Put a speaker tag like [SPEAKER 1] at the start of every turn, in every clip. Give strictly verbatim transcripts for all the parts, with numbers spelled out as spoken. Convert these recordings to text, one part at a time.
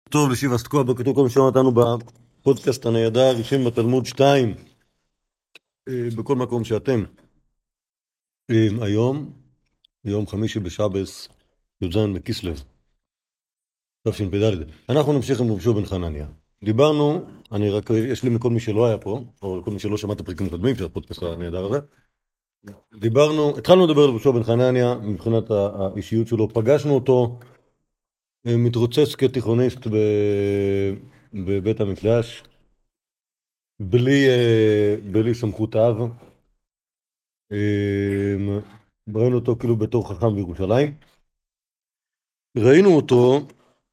[SPEAKER 1] טוב, לשיבה סתקוע, בוקר טוב, כל מי שמעתנו בפודקאסט הנהדר, ראשון בתלמוד שתיים, בכל מקום שאתם. היום, יום חמישי בשבס, י"ז בכסלו, תשפ"ד. אנחנו נמשיך עם רבי יהושע בן חנניה. דיברנו, אני רק, יש לי מכל מי שלא היה פה, או כל מי שלא שמע את הפרקים הקודמים של הפודקאסט הנהדר הזה. דיברנו, התחלנו לדבר על רבי יהושע בן חנניה, מבחינת האישיות שלו, פגשנו אותו, מתרוצץ כתיכוניסט בבית המקדש, בלי, בלי סמכות אב. ראינו אותו כאילו בתור חכם בירושלים. ראינו אותו,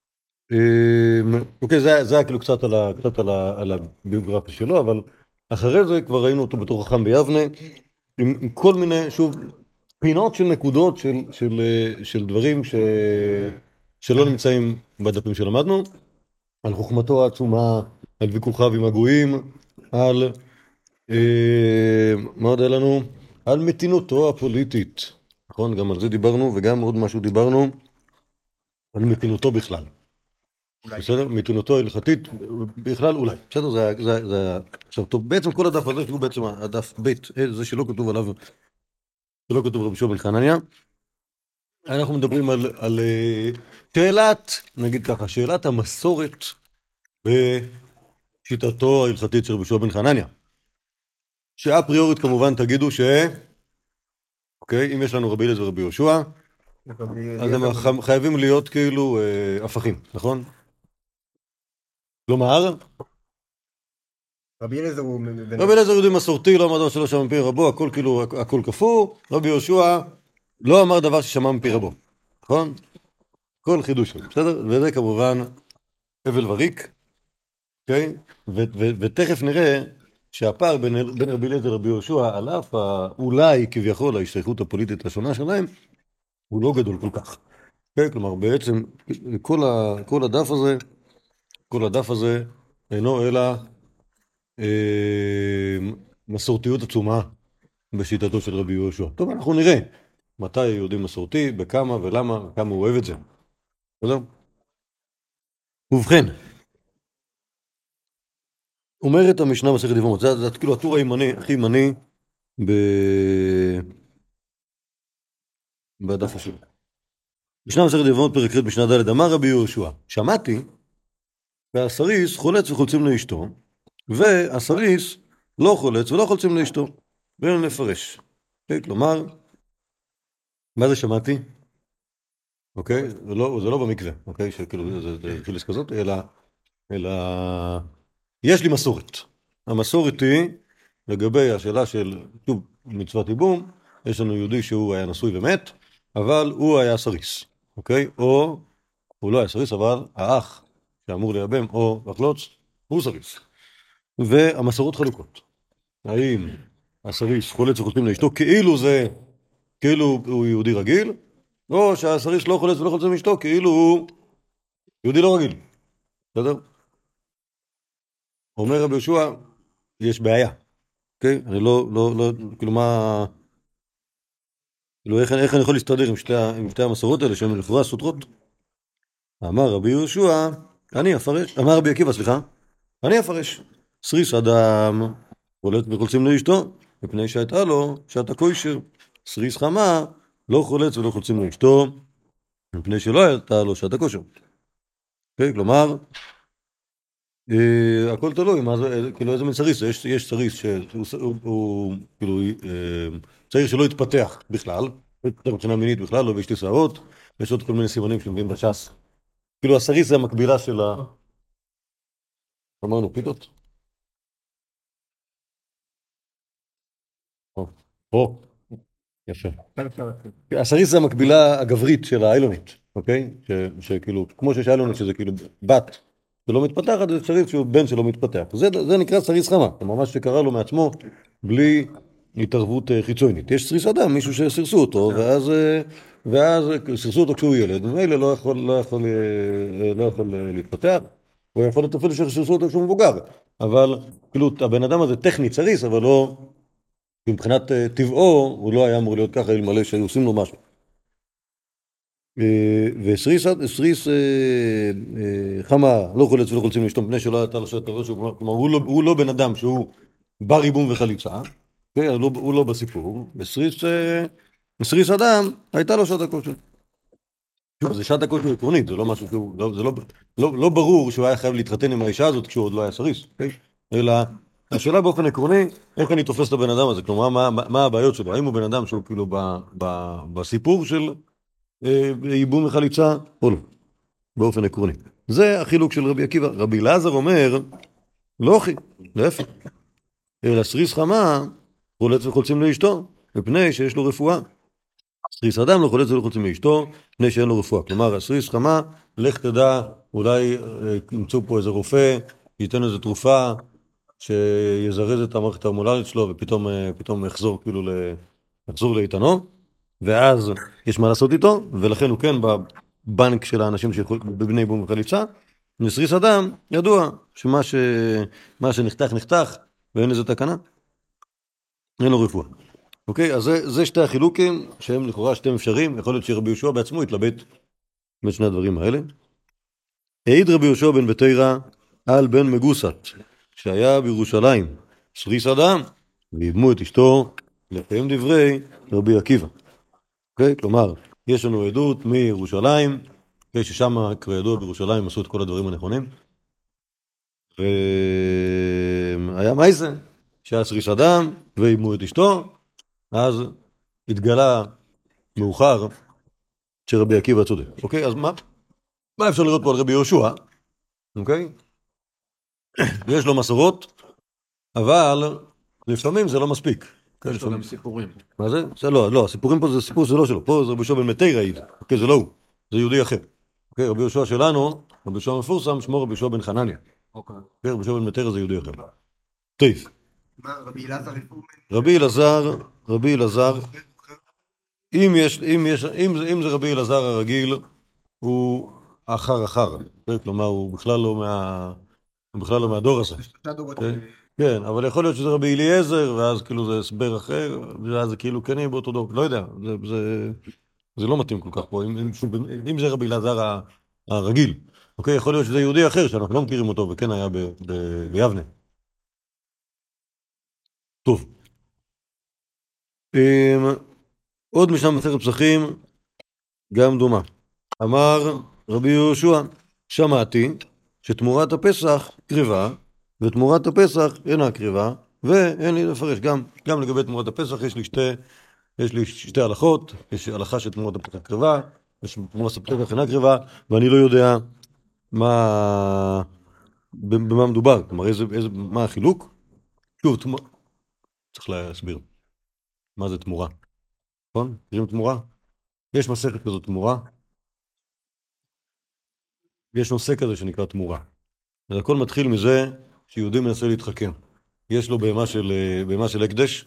[SPEAKER 1] אוקיי, זה, זה היה כאילו קצת על, ה, קצת על, ה, על הביוגרפיה שלו, אבל אחרי זה כבר ראינו אותו בתור חכם ביבנה, עם, עם כל מיני, שוב, פינות של נקודות של, של, של דברים ש, שלא נמצאים בדפים שלמדנו, על חוכמתו העצומה, על ויכוחיו עם הגויים, על, אה, מה עוד היה לנו? על מתינותו הפוליטית, נכון? גם על זה דיברנו, וגם עוד משהו דיברנו, על מתינותו בכלל. אולי. בסדר? מתינותו ההלכתית, בכלל אולי. בסדר? זה, זה, זה... עכשיו, טוב, בעצם כל הדף הזה, שהוא בעצם הדף בית, זה שלא כתוב עליו, שלא כתוב רבי יהושע בן חנניה, אנחנו מדברים על, על שאלת, נגיד ככה, שאלת המסורת בשיטתו ההלכתית של רבי יהושע בן חנניה. שאפריורית כמובן תגידו ש... אוקיי, אם יש לנו רבי אליעזר ורבי יהושע, אז הם חייבים להיות כאילו הפכים, נכון? כלומר,
[SPEAKER 2] רבי אליעזר הוא...
[SPEAKER 1] רבי אליעזר יהודי מסורתי, לא אמר דבר שלא שמע מפי רבו, הכל כאילו, הכל כפור. רבי יהושע לא אמר דבר ששמע מפי רבו, נכון? כל חידוש, בסדר? וזה כמובן הבל וריק, אוקיי? ותכף נראה שהפער בין רבי אליעזר לרבי יהושע, על אף אולי כביכול ההשתייכות הפוליטית השונה שלהם, הוא לא גדול כל כך. Okay, כלומר, בעצם כל, ה, כל הדף הזה, כל הדף הזה אינו אלא אה, מסורתיות עצומה בשיטתו של רבי יהושע. טוב, אנחנו נראה מתי היהודי מסורתי, בכמה ולמה, וכמה הוא אוהב את זה. בסדר? ובכן, אומרת המשנה מסכת יבמות, זה, זה כאילו הטור הימני, הכי ימני ב... בדף השני. משנה מסכת יבמות פרק ח' משנה ד', אמר רבי יהושע, שמעתי והסריס חולץ וחולצים לאשתו, והסריס לא חולץ ולא חולצים לאשתו, ואין לפרש. Okay, כלומר, מה זה שמעתי? אוקיי? זה לא, זה לא במקרה, אוקיי? שכאילו זה, זה חיליס כזאת, אלא, אלא יש לי מסורת. המסורת היא לגבי השאלה של שוב, מצוות ייבום, יש לנו יהודי שהוא היה נשוי ומת, אבל הוא היה סריס, אוקיי? או הוא לא היה סריס, אבל האח שאמור לייבם או לחלוץ, הוא סריס. והמסורות חלוקות. האם הסריס חולץ וחולצים לאשתו כאילו זה, כאילו הוא יהודי רגיל, או שהסריס לא חולץ ולא חולצים לאשתו כאילו הוא יהודי לא רגיל. בסדר? אומר רבי יהושע, יש בעיה. אוקיי? אני לא, לא, לא, כאילו מה... כאילו איך, איך אני יכול להסתדר עם שתי, עם שתי המסורות האלה שהן לכאורה סותרות? אמר רבי יהושע, אני אפרש, אמר רבי עקיבא, סליחה, אני אפרש. סריס אדם חולץ וחולצים לאשתו, מפני שהייתה לו שאתה כושר. סריס חמה לא חולץ ולא חולצים לאשתו, מפני שלא הייתה לו שאתה כושר. אוקיי? כלומר, אה, הכל תלוי, מה זה, כאילו איזה מין סריס, יש, יש סריס שהוא, הוא, כאילו, אה, צריך שלא יתפתח בכלל, לא יתפתח מבחינה מינית בכלל, לא ויש לי שערות, ויש עוד כל מיני סימנים שמביאים בש"ס. כאילו הסריס זה המקבילה של ה... אמרנו, פיתות? או, או, יפה. הסריס זה המקבילה הגברית של האיילונית, אוקיי? ש, שכאילו, כמו שיש איילונית שזה כאילו בת שלא מתפתחת, זה סריס שהוא בן שלא מתפתח. זה, זה נקרא סריס חמה, זה ממש שקרה לו מעצמו בלי התערבות חיצונית. יש סריס אדם, מישהו שסירסו אותו, ואז, ואז סירסו אותו כשהוא ילד, ואלה לא יכול, לא יכול, לא יכול להתפתח, הוא יכול להיות אפילו שסירסו אותו כשהוא מבוגר. אבל כאילו הבן אדם הזה טכנית סריס, אבל לא... מבחינת טבעו, הוא לא היה אמור להיות ככה אלמלא שהיו עושים לו משהו. וסריס סריס, חמה לא חולץ ולא חולצים לאשתו מפני שלא הייתה לו שאת הראש, כלומר הוא לא, הוא לא בן אדם שהוא בר ייבום וחליצה, הוא לא, הוא לא בסיפור. וסריס סריס אדם הייתה לו שעת הכושר. שוב, זה שעת הכושר עקרונית, זה לא משהו שהוא, לא, זה לא, לא, לא ברור שהוא היה חייב להתחתן עם האישה הזאת כשהוא עוד לא היה סריס, okay? אלא השאלה באופן עקרוני, איך אני תופס את הבן אדם הזה, כלומר מה, מה, מה הבעיות שלו, האם הוא בן אדם שהוא כאילו ב, ב, בסיפור של ייבום וחליצה או לא, באופן עקרוני. זה החילוק של רבי עקיבא. רבי אלעזר אומר, לא אחי, להפך, אלא סריס חמה חולץ וחולצים לאשתו, מפני שיש לו רפואה. סריס אדם לא חולץ ולא חולצים לאשתו, מפני שאין לו רפואה. כלומר, הסריס חמה, לך תדע, אולי ימצאו פה איזה רופא, ייתן איזה תרופה, שיזרז את המערכת ההורמונלית שלו, ופתאום פתאום יחזור כאילו יחזור לאיתנו, ואז יש מה לעשות איתו, ולכן הוא כן בבנק של האנשים בבני ייבום וחליצה. וסריס אדם ידוע שמה ש... מה שנחתך נחתך, ואין לזה תקנה, אין לו רפואה. אוקיי, אז זה, זה שתי החילוקים שהם לכאורה שתי אפשרים. יכול להיות שרבי יהושע בעצמו התלבט בין שני הדברים האלה. העיד רבי יהושע בן בתירא על בן מגוסת שהיה בירושלים סריס אדם, וייבמו את אשתו לקיים דברי רבי עקיבא. אוקיי, כלומר יש לנו עדות מירושלים, אוקיי, ששם כידוע בירושלים עשו את כל הדברים הנכונים, והיה מייסה שהיה סריס אדם וייבמו את אשתו, אז התגלה מאוחר שרבי עקיבא צודק. אוקיי, אז מה, מה אפשר לראות פה על רבי יהושע? אוקיי? יש לו מסורות, אבל לפעמים זה לא מספיק.
[SPEAKER 2] יש לו גם סיפורים.
[SPEAKER 1] מה זה? זה לא, לא, הסיפורים פה זה סיפור זה לא שלו. פה זה רבי יהושע בן מתירא העיד. אוקיי, זה לא הוא. זה יהודי אחר. אוקיי, רבי יהושע שלנו, רבי יהושע המפורסם, שמו רבי יהושע בן חנניה.
[SPEAKER 2] אוקיי.
[SPEAKER 1] רבי יהושע בן מתירא זה יהודי אחר. טוב.
[SPEAKER 3] מה, רבי אלעזר?
[SPEAKER 1] רבי אלעזר, רבי אלעזר, אם יש, אם יש, אם זה, אם זה רבי אלעזר הרגיל, הוא אחר אחר. כלומר, הוא בכלל לא מה, הוא בכלל לא מהדור הזה. כן, אבל יכול להיות שזה רבי אליעזר, ואז כאילו זה הסבר אחר, ואז זה כאילו כן יהיה באותו דור. לא יודע, זה, זה, זה לא מתאים כל כך פה. אם, אם, אם זה רבי אלעזר הרגיל, אוקיי, יכול להיות שזה יהודי אחר, שאנחנו לא מכירים אותו, וכן היה ב, ב, ביבנה. טוב. עוד משנה מסכת פסחים, גם דומה. אמר רבי יהושע, שמעתי שתמורת הפסח קריבה, ותמורת הפסח אינה קריבה, ואין לי לפרש. גם, גם לגבי תמורת הפסח יש לי שתי, יש לי שתי הלכות. יש הלכה שתמורת הפסח קריבה, יש תמורת הפסח אינה קריבה, ואני לא יודע מה, במה מדובר, כלומר, איזה, איזה, מה החילוק. שוב, תמור... צריך להסביר מה זה תמורה. נכון? תראים תמורה? יש מסכת כזאת תמורה. יש נושא כזה שנקרא תמורה. אז הכל מתחיל מזה שיהודי מנסה להתחכם. יש לו בהמה של, בהמה של הקדש.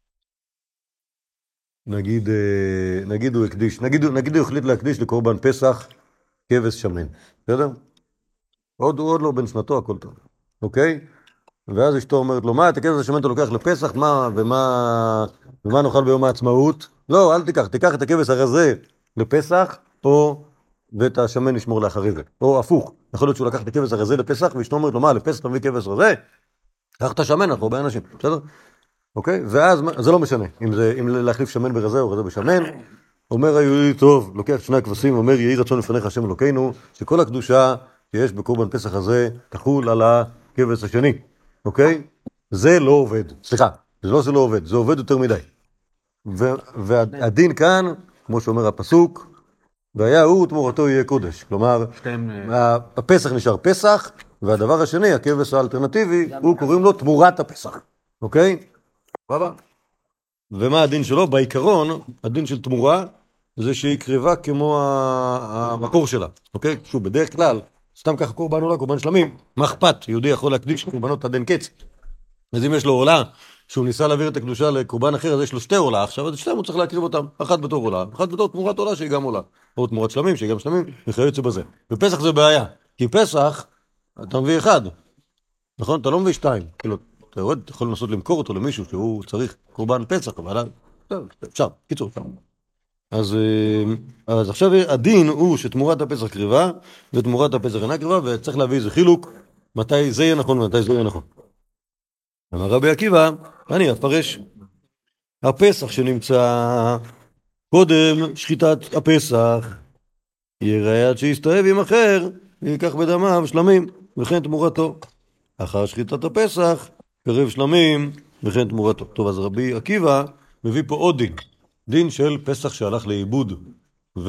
[SPEAKER 1] נגיד, נגיד הוא הקדיש, נגיד, נגיד הוא החליט להקדיש לקורבן פסח כבש שמן. בסדר? עוד, עוד לא בן שנתו, הכל טוב. אוקיי? ואז אשתו אומרת לו, מה, את הכבש השמן אתה לוקח לפסח? מה, ומה, ומה נאכל ביום העצמאות? לא, אל תיקח, תיקח את הכבש הרזה לפסח, או ואת השמן נשמור לאחרי זה. או הפוך, יכול להיות שהוא לקח את הכבש הרזה לפסח, ואשתו אומרת לו, מה, לפסח תביא כבש רזה? קח את השמן, אנחנו הרבה אנשים, בסדר? אוקיי? ואז, זה לא משנה, אם זה, אם להחליף שמן ברזה או רזה בשמן, אומר היהודי, טוב, לוקח שני הכבשים, אומר, יהי רצון לפניך השם אלוקינו, שכל הקדושה שיש בקורבן פסח הזה, תחול על הכבש השני. אוקיי? זה לא עובד. סליחה, זה לא זה לא עובד, זה עובד יותר מדי. והדין כאן, כמו שאומר הפסוק, והיה הוא תמורתו יהיה קודש. כלומר, הפסח נשאר פסח, והדבר השני, הכבש האלטרנטיבי, הוא קוראים לו תמורת הפסח. אוקיי? בבא. ומה הדין שלו? בעיקרון, הדין של תמורה, זה שהיא קריבה כמו המקור שלה. אוקיי? שוב, בדרך כלל, סתם ככה קורבן עולה, קורבן שלמים, מה אכפת? יהודי יכול להקדיש קורבנות עד אין קץ. אז אם יש לו עולה, שהוא ניסה להעביר את הקדושה לקורבן אחר, אז יש לו שתי עולה עכשיו, אז שתיים הוא צריך להקריב אותם, אחת בתור עולה, אחת בתור תמורת עולה שהיא גם עולה, או תמורת שלמים שהיא גם שלמים, וכיוצא בזה. בפסח זה בעיה, כי פסח, אתה מביא אחד, נכון? אתה לא מביא שתיים, כאילו, אתה יורד, אתה יכול לנסות למכור אותו למישהו שהוא צריך קורבן פסח, אבל אפשר, קיצור, אפשר. אז, אז עכשיו הדין הוא שתמורת הפסח קריבה, ותמורת הפסח אינה קריבה, וצריך להביא איזה חילוק, מתי זה יהיה נכון ומתי זה יהיה נכון. אמר רבי עקיבא, אני אפרש. הפסח שנמצא קודם שחיטת הפסח, יראה עד שיסתאב עם אחר, ויקח בדמיו שלמים, וכן תמורתו. אחר שחיטת הפסח, קרב שלמים, וכן תמורתו. טוב, אז רבי עקיבא מביא פה עוד דין. דין של פסח שהלך לאיבוד, ו...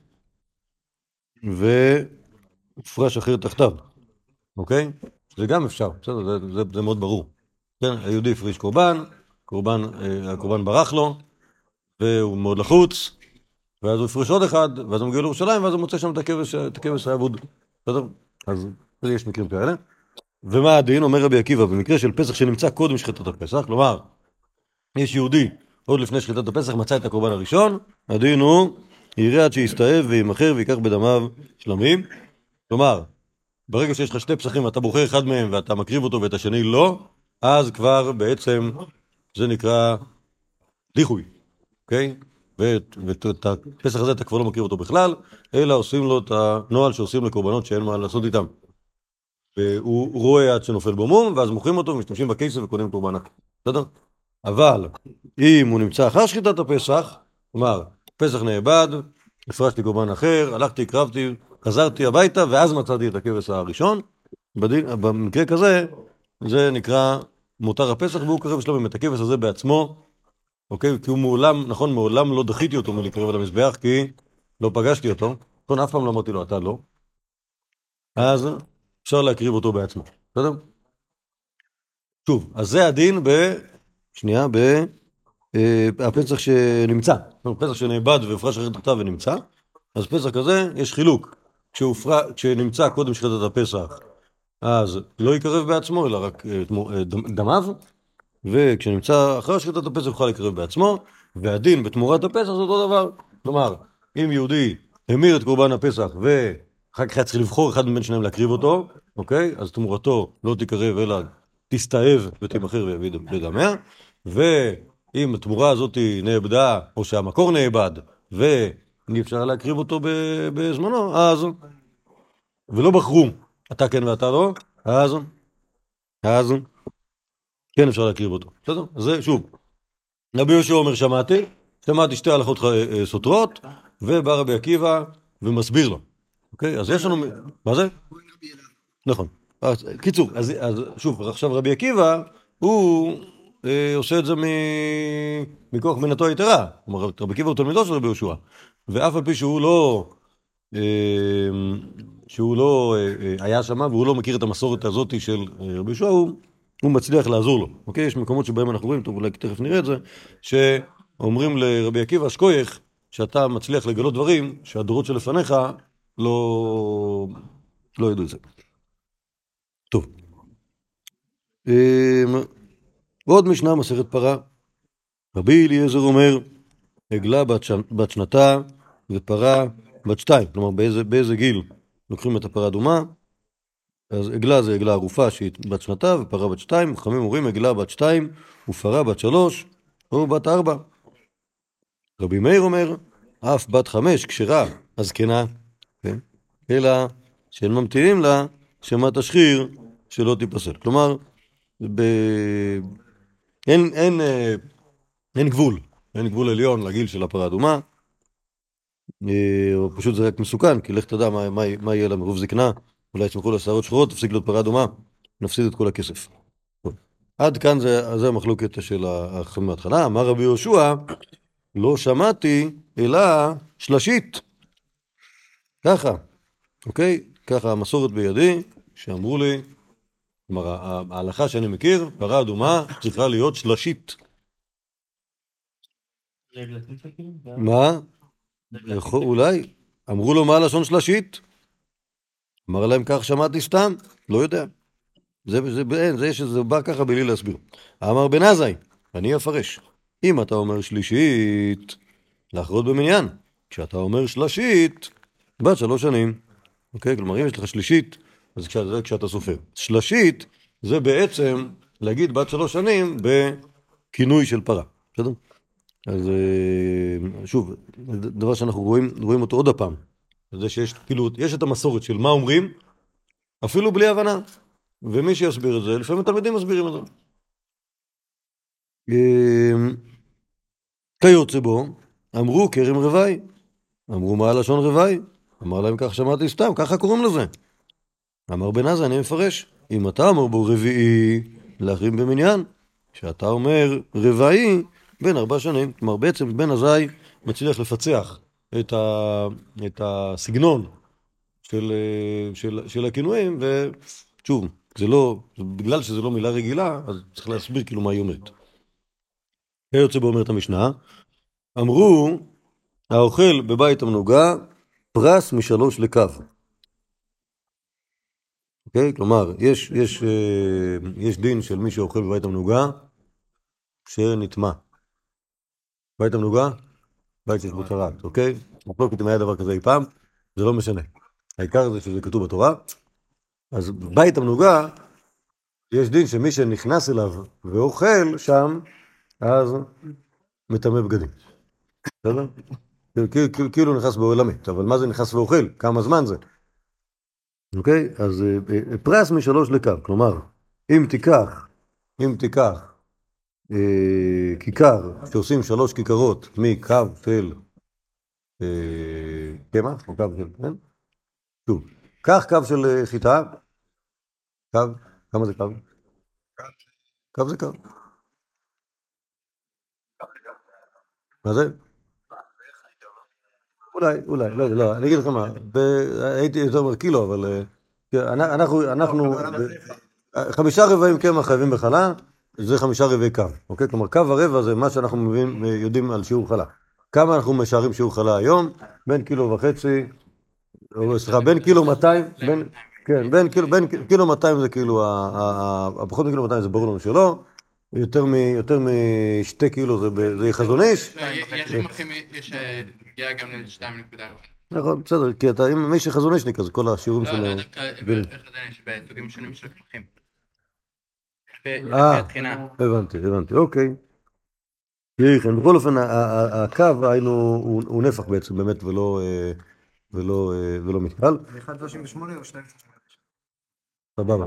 [SPEAKER 1] והופרש אחר תחתיו. אוקיי? זה גם אפשר, בסדר, זה, זה, זה מאוד ברור. כן, היהודי הפריש קורבן, קורבן, הקורבן ברח לו, והוא מאוד לחוץ, ואז הוא הפריש עוד אחד, ואז הוא מגיע לירושלים, ואז הוא מוצא שם את הכבש, את הכבש האבוד. בסדר? אז יש מקרים כאלה. ומה הדין? אומר רבי עקיבא, במקרה של פסח שנמצא קודם שחיטת הפסח, כלומר, יש יהודי, עוד לפני שחיטת הפסח, מצא את הקורבן הראשון, הדין הוא, יראה עד שיסתאב וימכר ויקח בדמיו שלמים. כלומר, ברגע שיש לך שתי פסחים ואתה בוחר אחד מהם ואתה מקריב אותו ואת השני לא, אז כבר בעצם זה נקרא דיחוי, אוקיי? ואת הפסח הזה אתה כבר לא מקריב אותו בכלל, אלא עושים לו את הנוהל שעושים לקורבנות שאין מה לעשות איתם. והוא רואה עד שנופל בו מום, ואז מוכרים אותו ומשתמשים בכסף וקונים קורבן אחר. בסדר? אבל אם הוא נמצא אחר שחיטת הפסח, כלומר, פסח נאבד, הפרשתי קורבן אחר, הלכתי, קרבתי, חזרתי הביתה, ואז מצאתי את הכבש הראשון. בדין, במקרה כזה, זה נקרא מותר הפסח, והוא קרב שלום עם את הכבש הזה בעצמו, אוקיי? כי הוא מעולם, נכון, מעולם לא דחיתי אותו מלקרב על המזבח, כי לא פגשתי אותו. נכון, אף פעם לא אמרתי לו, אתה לא. אז אפשר להקריב אותו בעצמו. בסדר? שוב, אז זה הדין ב... שנייה, ב... הפסח שנמצא. פסח שנאבד והפרש אחרי תחתיו ונמצא. אז פסח כזה, יש חילוק. כשנמצא קודם שחיטת הפסח, אז לא יקרב בעצמו, אלא רק דמיו. וכשנמצא אחרי שחיטת הפסח, יוכל לקרב בעצמו. והדין בתמורת הפסח זה אותו דבר. כלומר, אם יהודי המיר את קורבן הפסח ואחר כך היה צריך לבחור אחד מבין שניים להקריב אותו, אוקיי? אז תמורתו לא תקרב אלא תסתאב ותימכר ויביא בדמיה. ואם התמורה הזאת נאבדה, או שהמקור נאבד, ואי אפשר להקריב אותו בזמנו, אז, ולא בחרו, אתה כן ואתה לא, אז, אז, כן אפשר להקריב אותו. בסדר? זה שוב. רבי יהושע אומר, שמעתי, שמעתי שתי הלכות סותרות, ובא רבי עקיבא ומסביר לו. אוקיי? אז יש לנו... מה זה? נכון. אז, קיצור, אז, אז שוב, עכשיו רבי עקיבא, הוא אה, עושה את זה מ... מכוח מנתו היתרה. כלומר, רבי עקיבא הוא תלמידו של רבי יהושע. ואף על פי שהוא לא... אה, שהוא לא אה, היה שם, והוא לא מכיר את המסורת הזאת של רבי יהושע, הוא... הוא מצליח לעזור לו, אוקיי? יש מקומות שבהם אנחנו רואים, טוב, אולי תכף נראה את זה, שאומרים לרבי עקיבא, שכוייך, שאתה מצליח לגלות דברים שהדורות שלפניך לא, לא ידעו את זה. טוב. עוד משנה מסכת פרה. רבי אליעזר אומר, עגלה בת, ש... בת שנתה ופרה בת שתיים. כלומר, באיזה, באיזה גיל לוקחים את הפרה אדומה? אז עגלה זה עגלה ערופה שהיא בת שנתה ופרה בת שתיים. חכמים אומרים עגלה בת שתיים ופרה בת שלוש או בת ארבע. רבי מאיר אומר, אף בת חמש כשרה הזקנה, כן? אלא שהם ממתינים לה שמה תשחיר שלא תיפסל. כלומר, ב... אין, אין, אין גבול, אין גבול עליון לגיל של הפרה אדומה, או פשוט זה רק מסוכן, כי לך תדע מה, מה, מה יהיה לה מרוב זקנה, אולי יצמחו לה שערות שחורות, תפסיק להיות פרה אדומה, נפסיד את כל הכסף. עד כאן זה, זה המחלוקת של החכמים מההתחלה. אמר רבי יהושע, לא שמעתי אלא שלשית. ככה, אוקיי? ככה המסורת בידי, שאמרו לי, כלומר, ההלכה שאני מכיר, פרה אדומה צריכה להיות שלשית. מה? אולי, אמרו לו מה הלשון שלשית? אמר להם כך שמעתי סתם, לא יודע. זה, זה, זה, זה, זה בא ככה בלי להסביר. אמר בן עזאי, אני אפרש. אם אתה אומר שלישית, לאחרות במניין. כשאתה אומר שלשית, בת שלוש שנים. אוקיי? כלומר, אם יש לך שלישית, אז זה כשאתה סופר. שלשית, זה בעצם להגיד בת שלוש שנים בכינוי של פרה. בסדר? אז שוב, דבר שאנחנו רואים, רואים אותו עוד הפעם. זה שיש, כאילו, יש את המסורת של מה אומרים, אפילו בלי הבנה. ומי שיסביר את זה, לפעמים התלמידים מסבירים את זה. כיוצא בו, אמרו כרם רוואי. אמרו מה הלשון רוואי? אמר להם כך שמעתי סתם, ככה קוראים לזה. אמר בן עזאי, אני מפרש. אם אתה אומר בו רביעי, להחרים במניין. כשאתה אומר רבעי, בין ארבע שנים. כלומר, בעצם בן עזאי מצליח לפצח את, ה... את הסגנון של, של, של הכינויים, ושוב, זה לא, בגלל שזה לא מילה רגילה, אז צריך להסביר כאילו מה היא אומרת. כיוצא בו אומרת המשנה, אמרו, האוכל בבית המנוגה, פרס משלוש לקו. אוקיי? כלומר, יש, יש, יש דין של מי שאוכל בבית המנוגה, שנטמע. בית המנוגה, בית של בוצרת, אוקיי? מחלוקת אם היה דבר כזה אי פעם, זה לא משנה. העיקר זה שזה כתוב בתורה. אז בית המנוגה, יש דין שמי שנכנס אליו ואוכל שם, אז מטמא בגדים. בסדר? כאילו נכנס באוהל המת, אבל מה זה נכנס ואוכל? כמה זמן זה? אוקיי? אז פרס משלוש לקו, כלומר, אם תיקח, אם תיקח אה, כיכר, שעושים שלוש כיכרות מקו של אה, קמח, או קו של, כן? שוב, קח קו של אה, חיטה, קו, כמה זה קו? קו זה קו. מה זה? אולי, אולי, לא, לא, אני אגיד לך מה, הייתי יותר אומר קילו, אבל אנחנו, אנחנו, חמישה רבעים קמח חייבים בחלה, זה חמישה רבעי קו, אוקיי? כלומר, קו הרבע זה מה שאנחנו מבינים, יודעים על שיעור חלה. כמה אנחנו משערים שיעור חלה היום? בין קילו וחצי, סליחה, בין קילו מאתיים, בין, כן, בין קילו, בין קילו מאתיים זה כאילו, הפחות מקילו מאתיים זה ברור לנו שלא, יותר משתי קילו זה חזון איש.
[SPEAKER 2] יש פגיעה גם ל-שתיים נקודה ארבע.
[SPEAKER 1] נכון, בסדר, כי אתה, אם מי שחזון אישניק, אז כל השיעורים שלו...
[SPEAKER 2] לא, לא, דווקא, איך עדיין יש בסוגים שונים של קמחים.
[SPEAKER 1] אה, הבנתי, הבנתי, אוקיי. כן, בכל אופן, הקו הוא נפח בעצם, באמת, ולא מתקל.
[SPEAKER 3] אחד שלושים ושמונה או שתיים שלושים ותשע?
[SPEAKER 1] סבבה.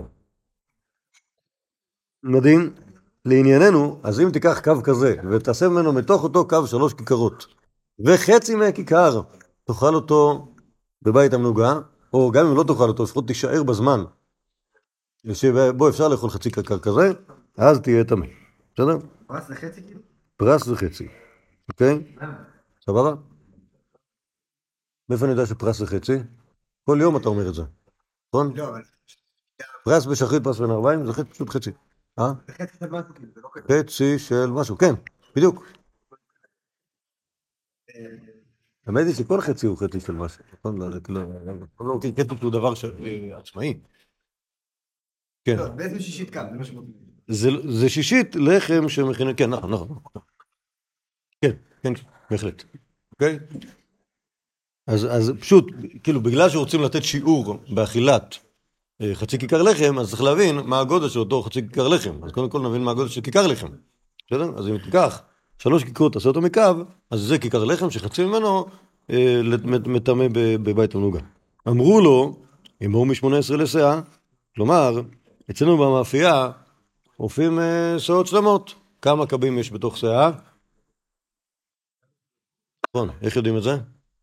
[SPEAKER 1] מדהים. לענייננו, אז אם תיקח קו כזה, ותעשה ממנו מתוך אותו קו שלוש כיכרות, וחצי מהכיכר תאכל אותו בבית המנוגה, או גם אם לא תאכל אותו, לפחות תישאר בזמן שבו אפשר לאכול חצי כיכר כזה, אז תהיה טמא. בסדר?
[SPEAKER 3] פרס זה חצי כאילו?
[SPEAKER 1] פרס זה חצי. אוקיי? סבבה? מאיפה אני יודע שפרס זה חצי? כל יום אתה אומר את זה. נכון?
[SPEAKER 3] לא, אבל...
[SPEAKER 1] פרס בשחרית, פרס בין ארבעים, זה פשוט חצי. אה?
[SPEAKER 3] זה חצי של משהו כאילו, זה לא כזה.
[SPEAKER 1] חצי של משהו, כן, בדיוק. האמת היא שכל חצי הוא חצי של משהו, נכון? לא, קטע הוא דבר עצמאי. כן.
[SPEAKER 3] לא, בעצם שישית קו, זה מה שמותנים.
[SPEAKER 1] זה שישית לחם שמכינים, כן, נכון, נכון. כן, כן, בהחלט. אוקיי? אז פשוט, כאילו, בגלל שרוצים לתת שיעור באכילת חצי כיכר לחם, אז צריך להבין מה הגודל של אותו חצי כיכר לחם. אז קודם כל נבין מה הגודל של כיכר לחם. בסדר? אז אם תיקח שלוש כיכרות, תעשה אותו מקו, אז זה כיכר לחם שחצי ממנו מטמא בבית המנוגה. אמרו לו, אמור מ-שמונה עשרה לסאה, כלומר, אצלנו במאפייה עופים סאות שלמות. כמה קבים יש בתוך סאה? נכון, איך יודעים את זה?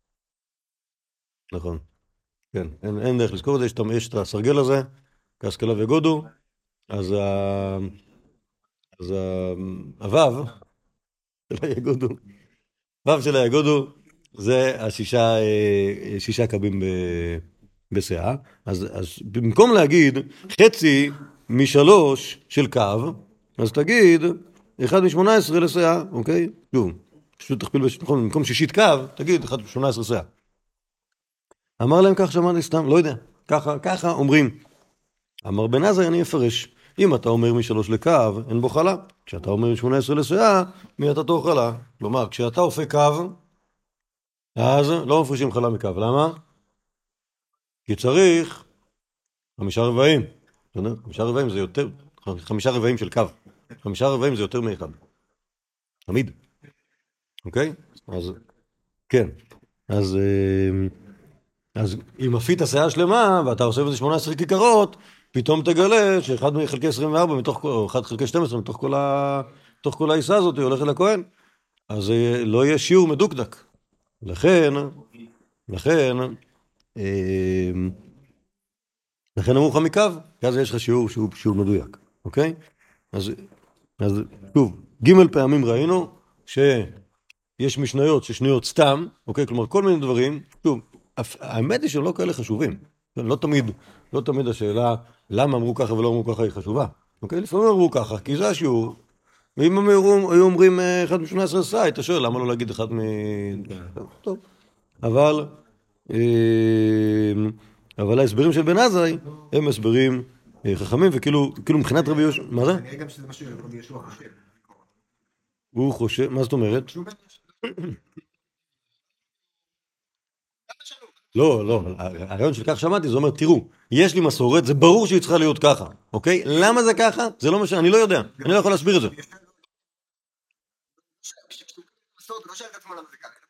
[SPEAKER 1] נכון. כן, אין, אין דרך לזכור את זה, יש, יש את הסרגל הזה, כהשכלה וגודו, אז ה... אז הוו של היגודו, וו של היגודו, זה השישה שישה קבים בסאה, אז, אז במקום להגיד חצי משלוש של קו, אז תגיד אחד משמונה עשרה לסאה, אוקיי? שוב, פשוט תכפיל בשביל, במקום שישית קו, תגיד אחד משמונה עשרה סאה. אמר להם כך שמעתי סתם, לא יודע, ככה, ככה אומרים. אמר בן עזאי, אני אפרש, אם אתה אומר משלוש לקו, אין בו חלה. כשאתה אומר משמונה עשרה לסאה, מי אתה תוך חלה? כלומר, כשאתה אופה קו, אז לא מפרישים חלה מקו. למה? כי צריך חמישה רבעים. חמישה רבעים זה יותר, חמישה רבעים של קו. חמישה רבעים זה יותר מאחד. תמיד. אוקיי? אז, כן. אז, אה, אז אם עפית שיער שלמה, ואתה עושה בזה שמונה עשרה כיכרות, פתאום תגלה שאחד חלקי עשרים וארבע מתוך, כל- או אחד חלקי שתים עשרה מתוך כל ה... מתוך כל העיסה הזאת, היא הולכת לכהן. אז אה, לא יהיה שיעור מדוקדק. לכן, לכן, אה, לכן אמרו לך מקו, כי אז יש לך שיעור שהוא שיעור מדויק, אוקיי? אז, אז שוב, ג' פעמים ראינו שיש משניות ששנויות סתם, אוקיי? כלומר, כל מיני דברים, שוב, הפ- האמת היא שהם לא כאלה חשובים. לא תמיד, לא תמיד השאלה למה אמרו ככה ולא אמרו ככה היא חשובה. אוקיי? לפעמים אמרו ככה, כי זה השיעור, ואם הם היו היו אומרים אה, אחד משמונה עשרה עשה, היית שואל למה לא להגיד אחד מ... טוב. אבל, אה, אבל ההסברים של בן עזאי הם הסברים אה, חכמים, וכאילו, כאילו מבחינת רבי יהושע, מה זה?
[SPEAKER 3] כנראה גם שזה מה שרבי יהושע חושב.
[SPEAKER 1] הוא חושב, מה זאת אומרת?
[SPEAKER 3] שהוא בטח-
[SPEAKER 1] לא, לא, הרעיון של כך שמעתי, זה אומר, תראו, יש לי מסורת, זה ברור שהיא צריכה להיות ככה, אוקיי? למה זה ככה? זה לא משנה, אני לא יודע, אני לא יכול להסביר את זה.
[SPEAKER 3] מסורת, לא שואל את עצמו למה זה ככה.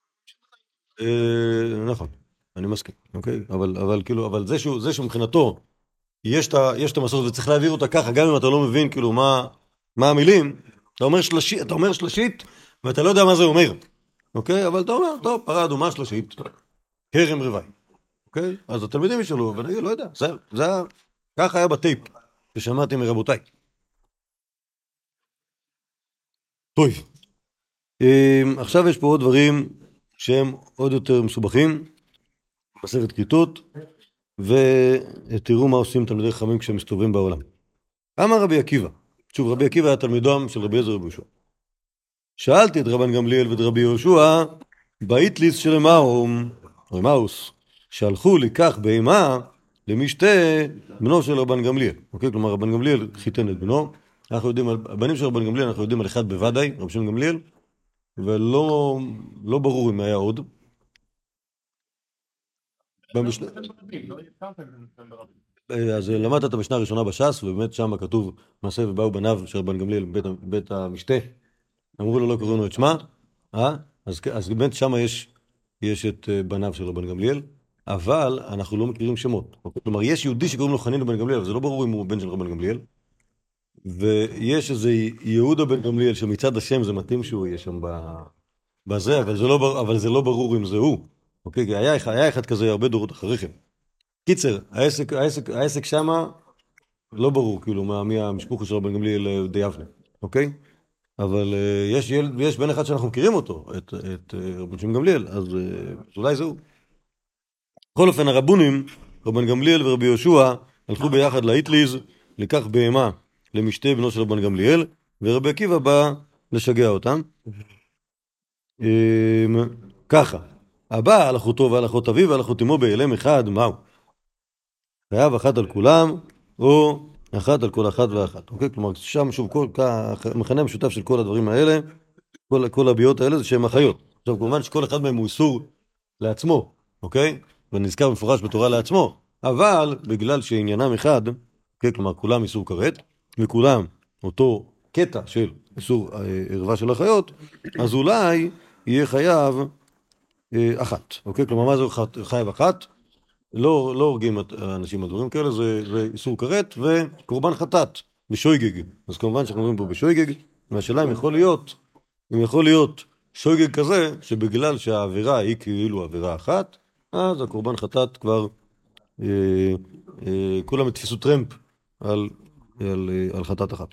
[SPEAKER 1] אה, נכון, אני מסכים, אוקיי? אבל, אבל כאילו, אבל זה שהוא, זה שמבחינתו יש את ה- יש את המסורת וצריך להעביר אותה ככה, גם אם אתה לא מבין כאילו מה, מה המילים, אתה אומר שלשית, אתה אומר שלשית, ואתה לא יודע מה זה אומר, אוקיי? אבל אתה אומר, טוב, פרה אדומה שלשית, כרם רבעי, אוקיי? אז התלמידים ישאלו, אבל אני לא יודע, זה, זה, ככה היה בטייפ ששמעתי מרבותיי. טוב, אמ, עכשיו יש פה עוד דברים שהם עוד יותר מסובכים, מסכת כריתות, ותראו מה עושים תלמידי חכמים כשהם מסתובבים בעולם. אמר רבי עקיבא, שוב רבי עקיבא היה תלמידם של רבי אליעזר רבי יהושע. שאלתי את רבן גמליאל ואת רבי יהושע, באיטליס של אמאום, או אמאוס, שהלכו לקח בהמה למשתה בנו של רבן גמליאל. אוקיי, כלומר רבן גמליאל חיתן את בנו. אנחנו יודעים על הבנים של רבן גמליאל, אנחנו יודעים על אחד בוודאי, רבי שמעון גמליאל, ולא לא ברור אם היה עוד. במשנה... אז למדת את המשנה הראשונה בש"ס, ובאמת שם כתוב מעשה ובאו בניו של רבן גמליאל בבית, בית המשתה. אמרו לו לא קוראים לו את שמה, אה? אז, אז באמת שם יש, יש את אה, בניו של רבן גמליאל, אבל אנחנו לא מכירים שמות. כלומר, יש יהודי שקוראים לו חנין בן גמליאל, אבל זה לא ברור אם הוא בן של רבן גמליאל. ויש איזה יהודה בן גמליאל שמצד השם זה מתאים שהוא יהיה שם ב- בזה, אבל זה לא, בר- אבל זה לא ברור אם זה הוא. אוקיי? כי היה, אחד- היה אחד כזה הרבה דורות אחרי כן. קיצר, העסק, העסק, העסק שמה לא ברור, כאילו, מה, מי המשפחה של רבן גמליאל אה, די יבנה, אוקיי? אבל אה, יש, ילד- יש בן אחד שאנחנו מכירים אותו, את, את אה, רבן שמעון גמליאל, אז, אה, אז אולי זהו. בכל אופן, הרבונים, רבן גמליאל ורבי יהושע, הלכו ביחד לאיטליז, לקח בהמה למשתה בנו של רבן גמליאל, ורבי עקיבא בא לשגע אותם. אה, ככה, הבא על אחותו ועל אחות אביו ועל אחות אמו בהיעלם אחד, מהו? חייב אחת על כולם, או אחת על כל אחת ואחת. אוקיי? כלומר, שם שוב, כל, המכנה המשותף של כל הדברים האלה, כל, כל הביאות האלה זה שהם אחיות. עכשיו, כמובן שכל אחד מהם הוא איסור לעצמו, אוקיי? ונזכר מפורש בתורה לעצמו, אבל בגלל שעניינם אחד, אוקיי? כלומר, כולם איסור כרת, וכולם אותו קטע של איסור אה, ערווה של אחיות, אז אולי יהיה חייב אה, אחת, אוקיי? כלומר, מה זה חייב אחת? לא, לא הורגים את האנשים על דברים כאלה, זה, זה איסור כרת וקורבן חטאת בשויגג. אז כמובן שאנחנו אומרים פה בשויגג, והשאלה אם יכול להיות, אם יכול להיות שויגג כזה, שבגלל שהעבירה היא כאילו עבירה אחת, אז הקורבן חטאת כבר, אה, אה, כולם התפיסו טרמפ על, על, אה, על חטאת אחת.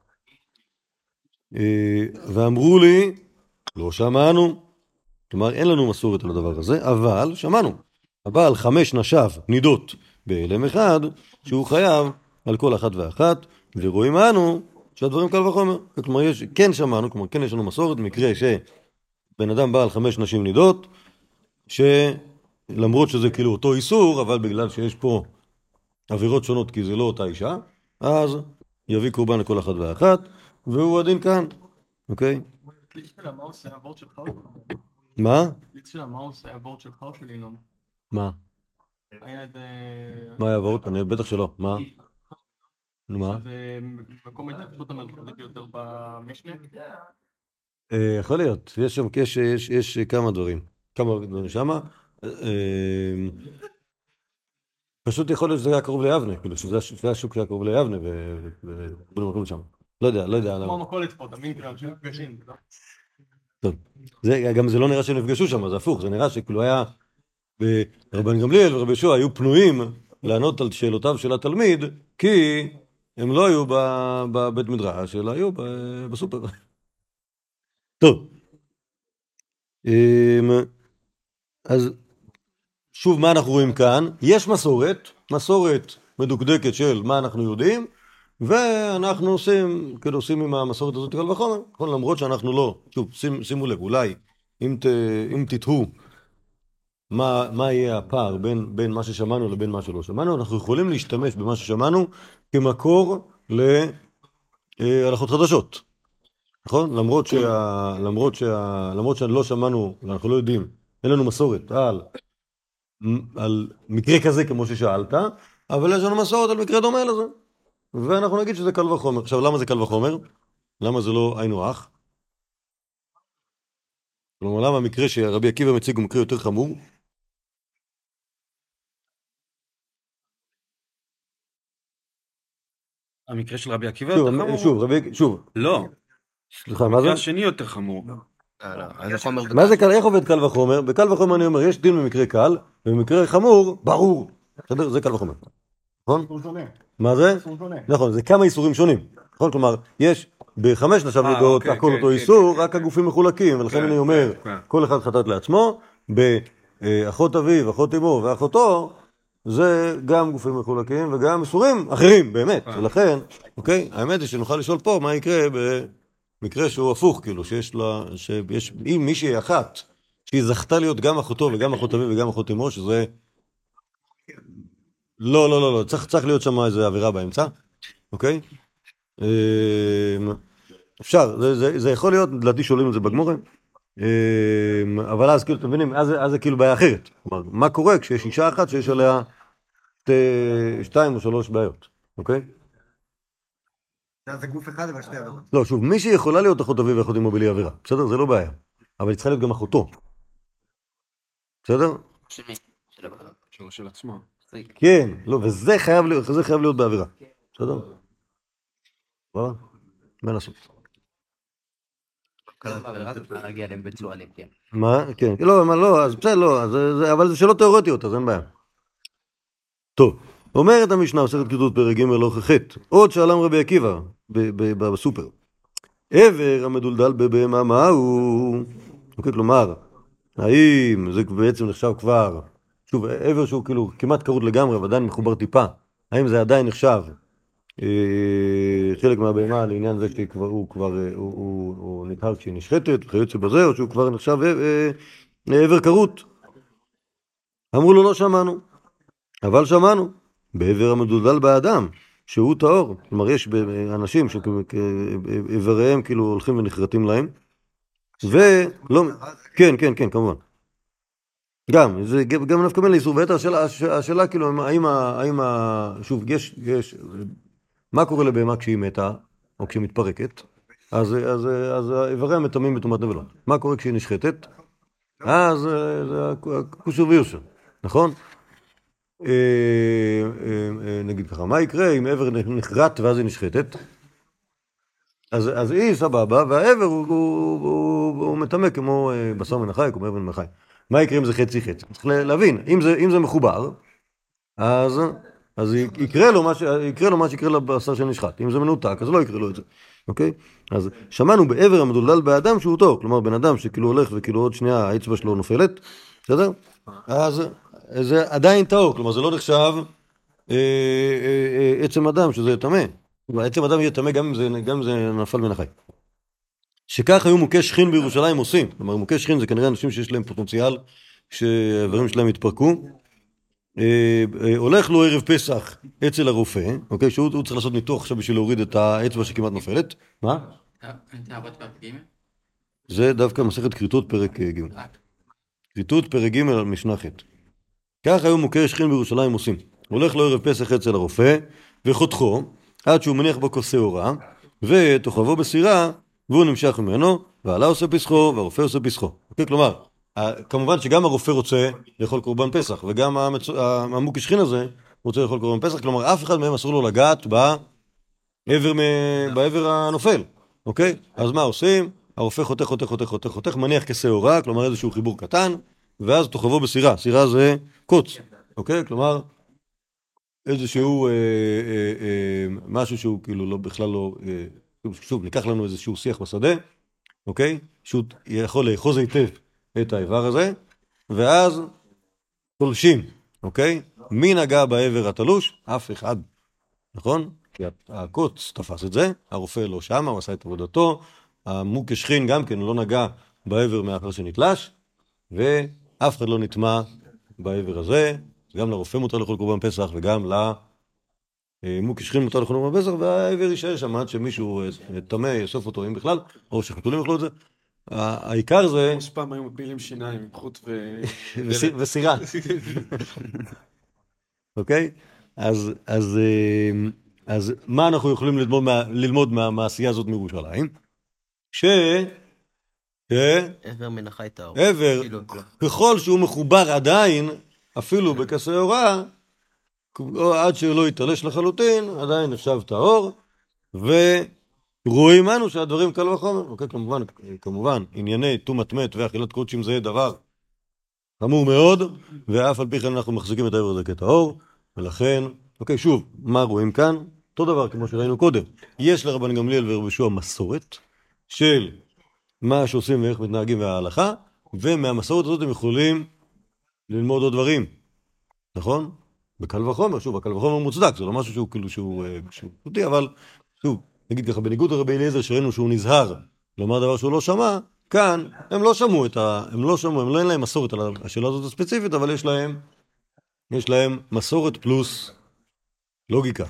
[SPEAKER 1] אה, ואמרו לי, לא שמענו, כלומר אין לנו מסורת על הדבר הזה, אבל שמענו. הבעל חמש נשיו נידות בהלם אחד, שהוא חייב על כל אחת ואחת, ורואים אנו שהדברים קל וחומר. כלומר, יש, כן שמענו, כלומר, כן יש לנו מסורת, מקרה שבן אדם בעל חמש נשים נידות, שלמרות שזה כאילו אותו איסור, אבל בגלל שיש פה עבירות שונות, כי זה לא אותה אישה, אז יביא קורבן לכל אחת ואחת, והוא הדין כאן, אוקיי?
[SPEAKER 2] מה עושה הוורד שלך?
[SPEAKER 1] מה?
[SPEAKER 2] מה עושה הוורד שלך או של ינון?
[SPEAKER 1] מה?
[SPEAKER 2] היה את...
[SPEAKER 1] מה יעבור? אני בטח שלא. מה? נו מה?
[SPEAKER 2] זה מקום ההתנגשות המרכזי ביותר במשנה.
[SPEAKER 1] אה, יכול להיות, יש שם, יש, יש, יש כמה דברים, כמה דברים שמה. אה, פשוט יכול להיות שזה היה קרוב ליבנה, כאילו שזה הש- שזה השוק שהיה קרוב ליבנה, ובנו מקום שם. לא יודע, לא יודע.
[SPEAKER 4] כמו המכולת פה, תמיד כאילו אנשים נפגשים.
[SPEAKER 1] טוב, זה, גם זה לא נראה שהם נפגשו שם, זה הפוך, זה נראה שכאילו היה, רבן גמליאל ורבי יהושע היו פנויים לענות על שאלותיו של התלמיד, כי הם לא היו ב- בבית מדרש, אלא היו ב- בסופר. טוב, אמ, אז שוב, מה אנחנו רואים כאן? יש מסורת, מסורת מדוקדקת של מה אנחנו יודעים, ואנחנו עושים, כאילו עושים עם המסורת הזאת קל וחומר, נכון? למרות שאנחנו לא, שוב, שים, שימו לב, אולי אם, ת, אם תתהו מה, מה יהיה הפער בין, בין מה ששמענו לבין מה שלא שמענו, אנחנו יכולים להשתמש במה ששמענו כמקור להלכות חדשות, נכון? למרות, שה, למרות, שה, למרות שלא שמענו, אנחנו לא יודעים, אין לנו מסורת על, על מקרה כזה כמו ששאלת, אבל יש לנו מסורת על מקרה דומה לזה. ואנחנו נגיד שזה קל וחומר. עכשיו, למה זה קל וחומר? למה זה לא היינו הך? כלומר, למה המקרה שרבי עקיבא מציג הוא מקרה יותר חמור?
[SPEAKER 5] המקרה של רבי עקיבא
[SPEAKER 1] שוב,
[SPEAKER 5] יותר חמור?
[SPEAKER 1] שוב, רבי, שוב.
[SPEAKER 5] לא.
[SPEAKER 1] סליחה, מה זה?
[SPEAKER 5] המקרה השני יותר חמור.
[SPEAKER 1] מה זה קל? איך עובד קל וחומר? בקל וחומר אני אומר, יש דין במקרה קל, ובמקרה חמור, ברור. בסדר? זה קל וחומר. נכון? מה זה? נכון, זה כמה איסורים שונים. נכון? כלומר, יש בחמש נשים נגעות, הכל אותו איסור, רק הגופים מחולקים, ולכן אני אומר, כל אחד חטאת לעצמו, באחות אביו, אחות אמו ואחותו, זה גם גופים מחולקים וגם איסורים אחרים, באמת. ולכן, אוקיי, האמת היא שנוכל לשאול פה מה יקרה במקרה שהוא הפוך, כאילו, שיש לה, שיש, אם מישהי אחת, שהיא זכתה להיות גם אחותו וגם אחות אביו וגם אחות אמו, שזה לא, לא, לא, לא, צריך, צריך להיות שם איזו עבירה באמצע, אוקיי? אפשר, זה, זה, זה יכול להיות, לדעתי שואלים את זה בגמורה, אבל אז כאילו, אתם מבינים, אז, אז זה כאילו בעיה אחרת. כלומר, מה קורה כשיש אישה אחת שיש עליה שתי, שתיים או שלוש בעיות, אוקיי?
[SPEAKER 3] זה גוף אחד אבל שתי עבירות.
[SPEAKER 1] לא, שוב, מי שיכולה להיות אחות אביו ואחות אמו בלי עבירה, בסדר? זה לא בעיה, אבל היא צריכה להיות גם אחותו, בסדר?
[SPEAKER 2] של מי? של הבעל.
[SPEAKER 5] שלו של עצמו.
[SPEAKER 1] כן, לא, וזה חייב להיות, זה חייב להיות בעבירה, בסדר? וואלה, מה לעשות?
[SPEAKER 2] להגיע להם בצורה נקיה.
[SPEAKER 1] מה? כן, לא, מה, לא, אז בסדר, לא, אז, זה, אבל זה שאלות תיאורטיות, אז אין בעיה. טוב, אומרת המשנה, מסכת כתות פרק ג' לא חטא, עוד שאלם רבי עקיבא ב- ב- ב- בסופר, עבר המדולדל בבהמה מהו? אוקיי, כלומר, האם זה בעצם נחשב כבר, שוב, עבר שהוא כאילו כמעט כרות לגמרי, ועדיין מחובר טיפה, האם זה עדיין נחשב אה, חלק מהבהמה לעניין זה שהוא כבר, הוא כבר, הוא, הוא, הוא נטהר כשהיא נשחטת, וכיוצא בזה, או שהוא כבר נחשב אה, אה, עבר כרות? אמרו לו לא שמענו, אבל שמענו, בעבר המדולדל באדם, שהוא טהור, כלומר יש אנשים שאיבריהם כאילו הולכים ונחרטים להם, ולא, כן, כן, כן, כמובן. גם, זה גם נפקא מינה לאיסור, ואת השאלה, השאלה כאילו, האם, האם, שוב, יש, יש, מה קורה לבהמה כשהיא מתה, או כשהיא מתפרקת? אז, אז, אז איבריה מטמאים בטומאת נבלה. מה קורה כשהיא נשחטת? אז זה הכושר ויושר, נכון? נגיד ככה, מה יקרה אם עבר נחרט ואז היא נשחטת? אז, אז היא סבבה, והעבר הוא, הוא, הוא, הוא מטמא כמו בשר מן החי, כמו אבן מן החי. מה יקרה אם זה חצי חצי? צריך להבין, אם זה, אם זה מחובר, אז, אז יקרה לו מה ש, יקרה לו מה שיקרה לבשר שנשחט. אם זה מנותק, אז לא יקרה לו את זה. אוקיי? אז שמענו בעבר המדולדל באדם שהוא טוב, כלומר בן אדם שכאילו הולך וכאילו עוד שנייה האצבע שלו נופלת, בסדר? אז זה עדיין טהור, כלומר זה לא נחשב אה, אה, אה, עצם אדם שזה טמא. עצם אדם יהיה טמא גם אם זה, גם אם זה נפל מן החי. שכך היו מוכי שכין בירושלים עושים. כלומר, מוכי שכין זה כנראה אנשים שיש להם פוטנציאל שהדברים שלהם יתפרקו. אה, אה, הולך לו ערב פסח אצל הרופא, אוקיי? שהוא צריך לעשות ניתוח עכשיו בשביל להוריד את האצבע שכמעט נופלת. מה?
[SPEAKER 2] תעבוד פרק ג'?
[SPEAKER 1] זה דווקא מסכת כריתות פרק ג'. כריתות פרק ג' על משנה ח'. כך היו מוכי שכין בירושלים עושים. הולך לו ערב פסח אצל הרופא וחותכו עד שהוא מניח בו כוס שעורה ותוכבו בסירה והוא נמשך ממנו, והעלה עושה פסחו, והרופא עושה פסחו. אוקיי? כלומר, כמובן שגם הרופא רוצה לאכול קורבן פסח, וגם המוקש שכין הזה רוצה לאכול קורבן פסח, כלומר, אף אחד מהם אסור לו לגעת בעבר, בעבר הנופל. אוקיי? אז מה עושים? הרופא חותך, חותך, חותך, חותך, חותך, מניח כשעורה, כלומר איזשהו חיבור קטן, ואז תוכבו בסירה. סירה זה קוץ. אוקיי? כלומר, איזשהו אה, אה, אה, משהו שהוא כאילו לא, בכלל לא, אה, שוב, ניקח לנו איזשהו שיח בשדה, אוקיי? שהוא יכול לאחוז היטב את האיבר הזה, ואז תולשים, אוקיי? מי נגע בעבר התלוש? אף אחד, נכון? כי הקוץ תפס את זה, הרופא לא שם, הוא עשה את עבודתו, המוקש שכין גם כן לא נגע בעבר מאחר שנתלש, ואף אחד לא נטמע בעבר הזה, גם לרופא מותר לאכול קורבן פסח, וגם למוקש שכין מותר לאכול קורבן פסח, והעבר יישאר שם עד שמישהו טמא יאסוף אותו, אם בכלל, או שחתולים יאכלו את זה. העיקר זה...
[SPEAKER 5] יש פעם היו מפילים שיניים, חוט ו...
[SPEAKER 1] וסירה. אוקיי? אז, אז, אז מה אנחנו יכולים ללמוד, מה, ללמוד מהמעשייה הזאת מירושלים? ש... ש...
[SPEAKER 6] עבר מנחה את האור.
[SPEAKER 1] עבר, ככל שהוא מחובר עדיין, אפילו בכסעורה, עד שלא יתלש לחלוטין, עדיין נחשב טהור, ורואים אנו שהדברים קל וחומר. אוקיי, כמובן, כמובן, ענייני טומאת מת ואכילת קודשים זה דבר חמור מאוד, ואף על פי כן אנחנו מחזיקים את העבר הזה כטהור, ולכן, אוקיי, שוב, מה רואים כאן? אותו דבר כמו שראינו קודם. יש לרבן גמליאל ורבי יהושע מסורת של מה שעושים ואיך מתנהגים וההלכה, ומהמסורת הזאת הם יכולים ללמוד עוד דברים, נכון? בקל וחומר, שוב, הקל וחומר מוצדק, זה לא משהו שהוא כאילו שהוא פשוטי, אבל שוב, נגיד ככה, בניגוד לרבי אליעזר שראינו שהוא נזהר לומר דבר שהוא לא שמע, כאן הם לא שמעו את ה... הם לא שמעו, הם לא אין להם מסורת על השאלה הזאת הספציפית, אבל יש להם, יש להם מסורת פלוס לוגיקה.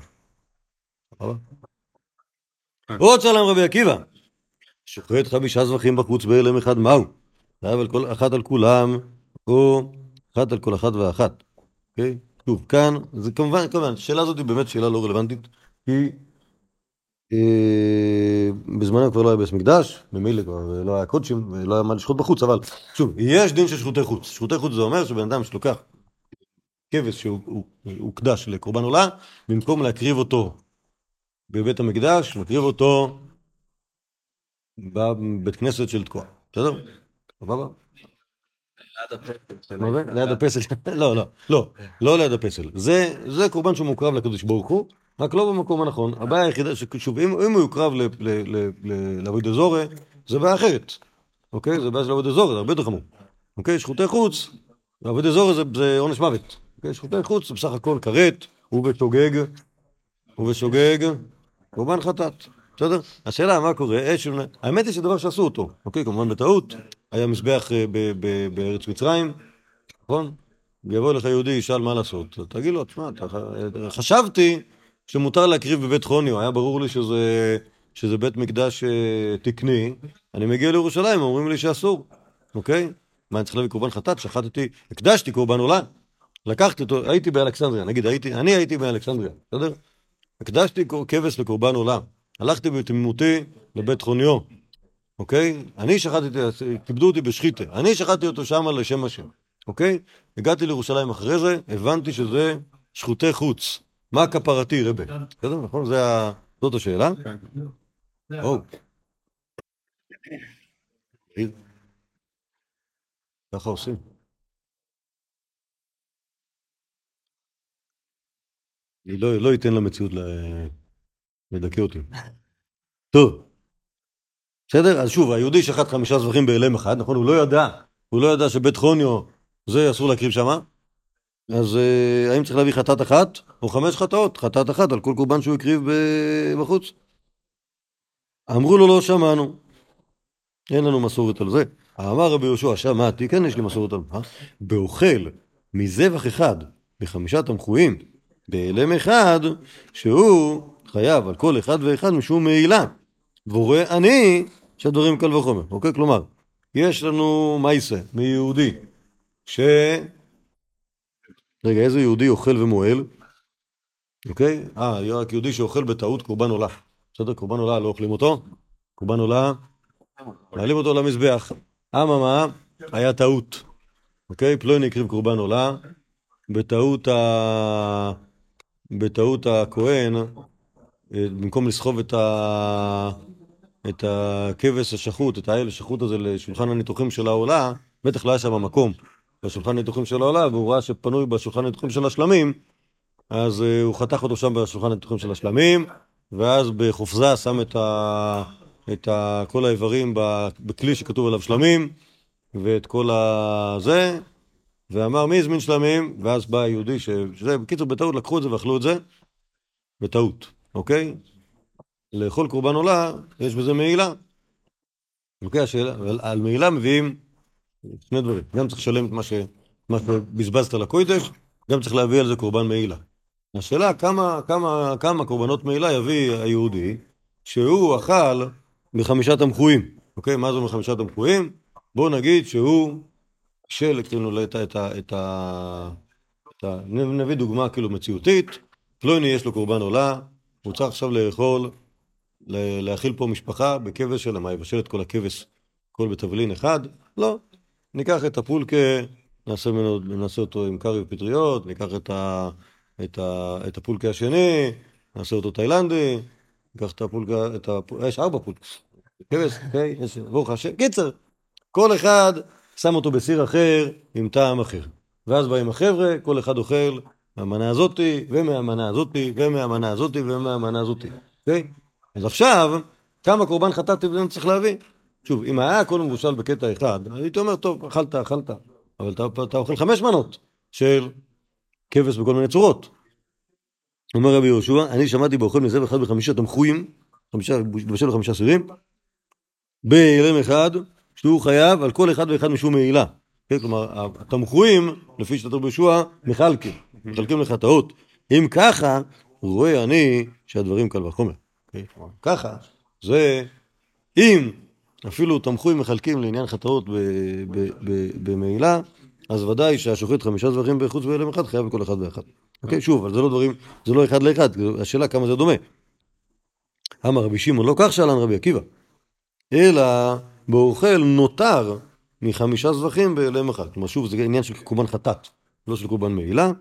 [SPEAKER 1] עוד שלם רבי עקיבא, שוחט חמישה זבחים בחוץ בהלם אחד, מהו? חייב על כל אחת על כולם, או אחת על כל אחת ואחת. אוקיי? שוב, כאן, זה כמובן, כמובן, השאלה הזאת היא באמת שאלה לא רלוונטית, כי אה, בזמנו כבר לא היה בית מקדש, ממילא כבר לא היה קודשים, ולא היה מה לשחוט בחוץ, אבל שוב, יש דין של שחוטי חוץ. שחוטי חוץ זה אומר שבן אדם שלוקח כבש שהוא הוקדש לקורבן עולה, במקום להקריב אותו בבית המקדש, מקריב אותו בבית כנסת של תקוע. בסדר? סבבה? ליד הפסל. לא, לא, לא, לא ליד הפסל. זה, זה קורבן שהוא מוקרב לקדוש ברוך הוא, רק לא במקום הנכון. הבעיה היחידה ששוב, אם, אם הוא יוקרב לעבודה זרה, זה בעיה אחרת. אוקיי? זה בעיה של עבודה זרה, זה הרבה יותר חמור. אוקיי? שחוטי חוץ, עבודה זרה זה, זה עונש מוות. אוקיי? שחוטי חוץ זה בסך הכל כרת, ובשוגג, ובשוגג, קורבן חטאת. בסדר? השאלה מה קורה, האמת היא שדבר שעשו אותו, אוקיי, כמובן בטעות, היה מזבח בארץ מצרים, נכון? יבוא לך יהודי, ישאל מה לעשות, תגיד לו, תשמע, חשבתי שמותר להקריב בבית חוניו, היה ברור לי שזה, שזה בית מקדש תקני, אני מגיע לירושלים, אומרים לי שאסור, אוקיי? מה, אני צריך להביא קורבן חטאת, שחטתי, הקדשתי קורבן עולה, לקחתי אותו, הייתי באלכסנדריה, נגיד, הייתי, אני הייתי באלכסנדריה, בסדר? הקדשתי כבש לקורבן עולה. הלכתי בתמימותי לבית חוניו, אוקיי? אני שחטתי, כיבדו אותי בשחיתה, אני שחטתי אותו שם לשם השם, אוקיי? הגעתי לירושלים אחרי זה, הבנתי שזה שחוטי חוץ. מה כפרתי רבי? בסדר, נכון? זאת השאלה? או. ככה עושים. אני לא אתן למציאות לדכא אותי. טוב, בסדר? אז שוב, היהודי שחט חמישה זבחים בהלם אחד, נכון? הוא לא ידע, הוא לא ידע שבית חוניו זה אסור להקריב שמה, אז אה, האם צריך להביא חטאת אחת, או חמש חטאות, חטאת אחת על כל קורבן שהוא הקריב בחוץ? אמרו לו לא שמענו, אין לנו מסורת על זה. אמר רבי יהושע, שמעתי, כן יש לי מסורת על מה? באוכל מזבח אחד בחמישה תמחויים, בהלם אחד, שהוא חייב על כל אחד ואחד משום מעילה. ורואה אני שהדברים קל וחומר. אוקיי? כלומר, יש לנו מייסה מיהודי ש... רגע, איזה יהודי אוכל ומועל? אוקיי? אה, רק יהודי שאוכל בטעות קורבן עולה. בסדר? קורבן עולה לא אוכלים אותו. קורבן עולה מעלים אותו למזבח. אממה, היה טעות. אוקיי? פלוני הקריב קורבן עולה, בטעות ה... בטעות הכהן, במקום לסחוב את ה... את הכבש השחוט, את האל השחוט הזה לשולחן הניתוחים של העולה, בטח לא היה שם המקום בשולחן הניתוחים של העולה, והוא ראה שפנוי בשולחן הניתוחים של השלמים, אז uh, הוא חתך אותו שם בשולחן הניתוחים של השלמים, ואז בחופזה שם את, ה... את ה... כל האיברים בכלי שכתוב עליו שלמים, ואת כל הזה, ואמר מי הזמין שלמים, ואז בא היהודי, ש... שזה בקיצור בטעות לקחו את זה ואכלו את זה, בטעות, אוקיי? לאכול קורבן עולה, יש בזה מעילה. אוקיי, השאלה, על מעילה מביאים שני דברים. גם צריך לשלם את מה, ש... מה שבזבזת לקודש, גם צריך להביא על זה קורבן מעילה. השאלה, כמה, כמה, כמה קורבנות מעילה יביא היהודי, שהוא אכל בחמישה תמחויים. אוקיי, מה זה מחמישה תמחויים? בואו נגיד שהוא של, כאילו, את ה... את ה... את ה... את ה... נביא דוגמה כאילו מציאותית, פלוני יש לו קורבן עולה, הוא צריך עכשיו לאכול, להאכיל פה משפחה בכבש של מה, יבשל את כל הכבש, כל בתבלין אחד? לא. ניקח את הפולקה, נעשה, ממנו, נעשה אותו עם קרי ופטריות, ניקח את, ה, את, ה, את הפולקה השני, נעשה אותו תאילנדי, ניקח את הפולקה, את הפולקה, יש ארבע פולקס, כבש, אוקיי? יש ברוך השם, קיצר, כל אחד שם אותו בסיר אחר עם טעם אחר. ואז באים החבר'ה, כל אחד אוכל מהמנה הזאתי, ומהמנה הזאתי, ומהמנה הזאתי, ומהמנה הזאתי, אוקיי? אז עכשיו, כמה קורבן חטאתי וזה צריך להביא? שוב, אם היה הכל מבושל בקטע אחד, הייתי אומר, טוב, אכלת, אכלת, אבל אתה, אתה אוכל חמש מנות של כבש בכל מיני צורות. אומר רבי יהושע, אני שמעתי באוכל מזה ואחד בחמישה תמחויים, חמישה, לבשל לחמישה סירים, באילם אחד, שהוא חייב על כל אחד ואחד משום מעילה. כלומר, התמחויים, לפי שתתר בישוע, מחלקים, מחלקים לחטאות. אם ככה, רואה אני שהדברים קל וחומר. ככה, זה, אם אפילו תמחוי מחלקים לעניין חטאות במעילה, אז ודאי שהשוחט חמישה זבחים בחוץ ואילם אחד חייב לכל אחד ואחד. אוקיי, שוב, אבל זה לא דברים, זה לא אחד לאחד, השאלה כמה זה דומה. אמר רבי שמעון, לא כך שאלן רבי עקיבא, אלא באוכל נותר מחמישה זבחים באילם אחד. כלומר, שוב, זה עניין של קורבן חטאת, לא של קורבן מעילה,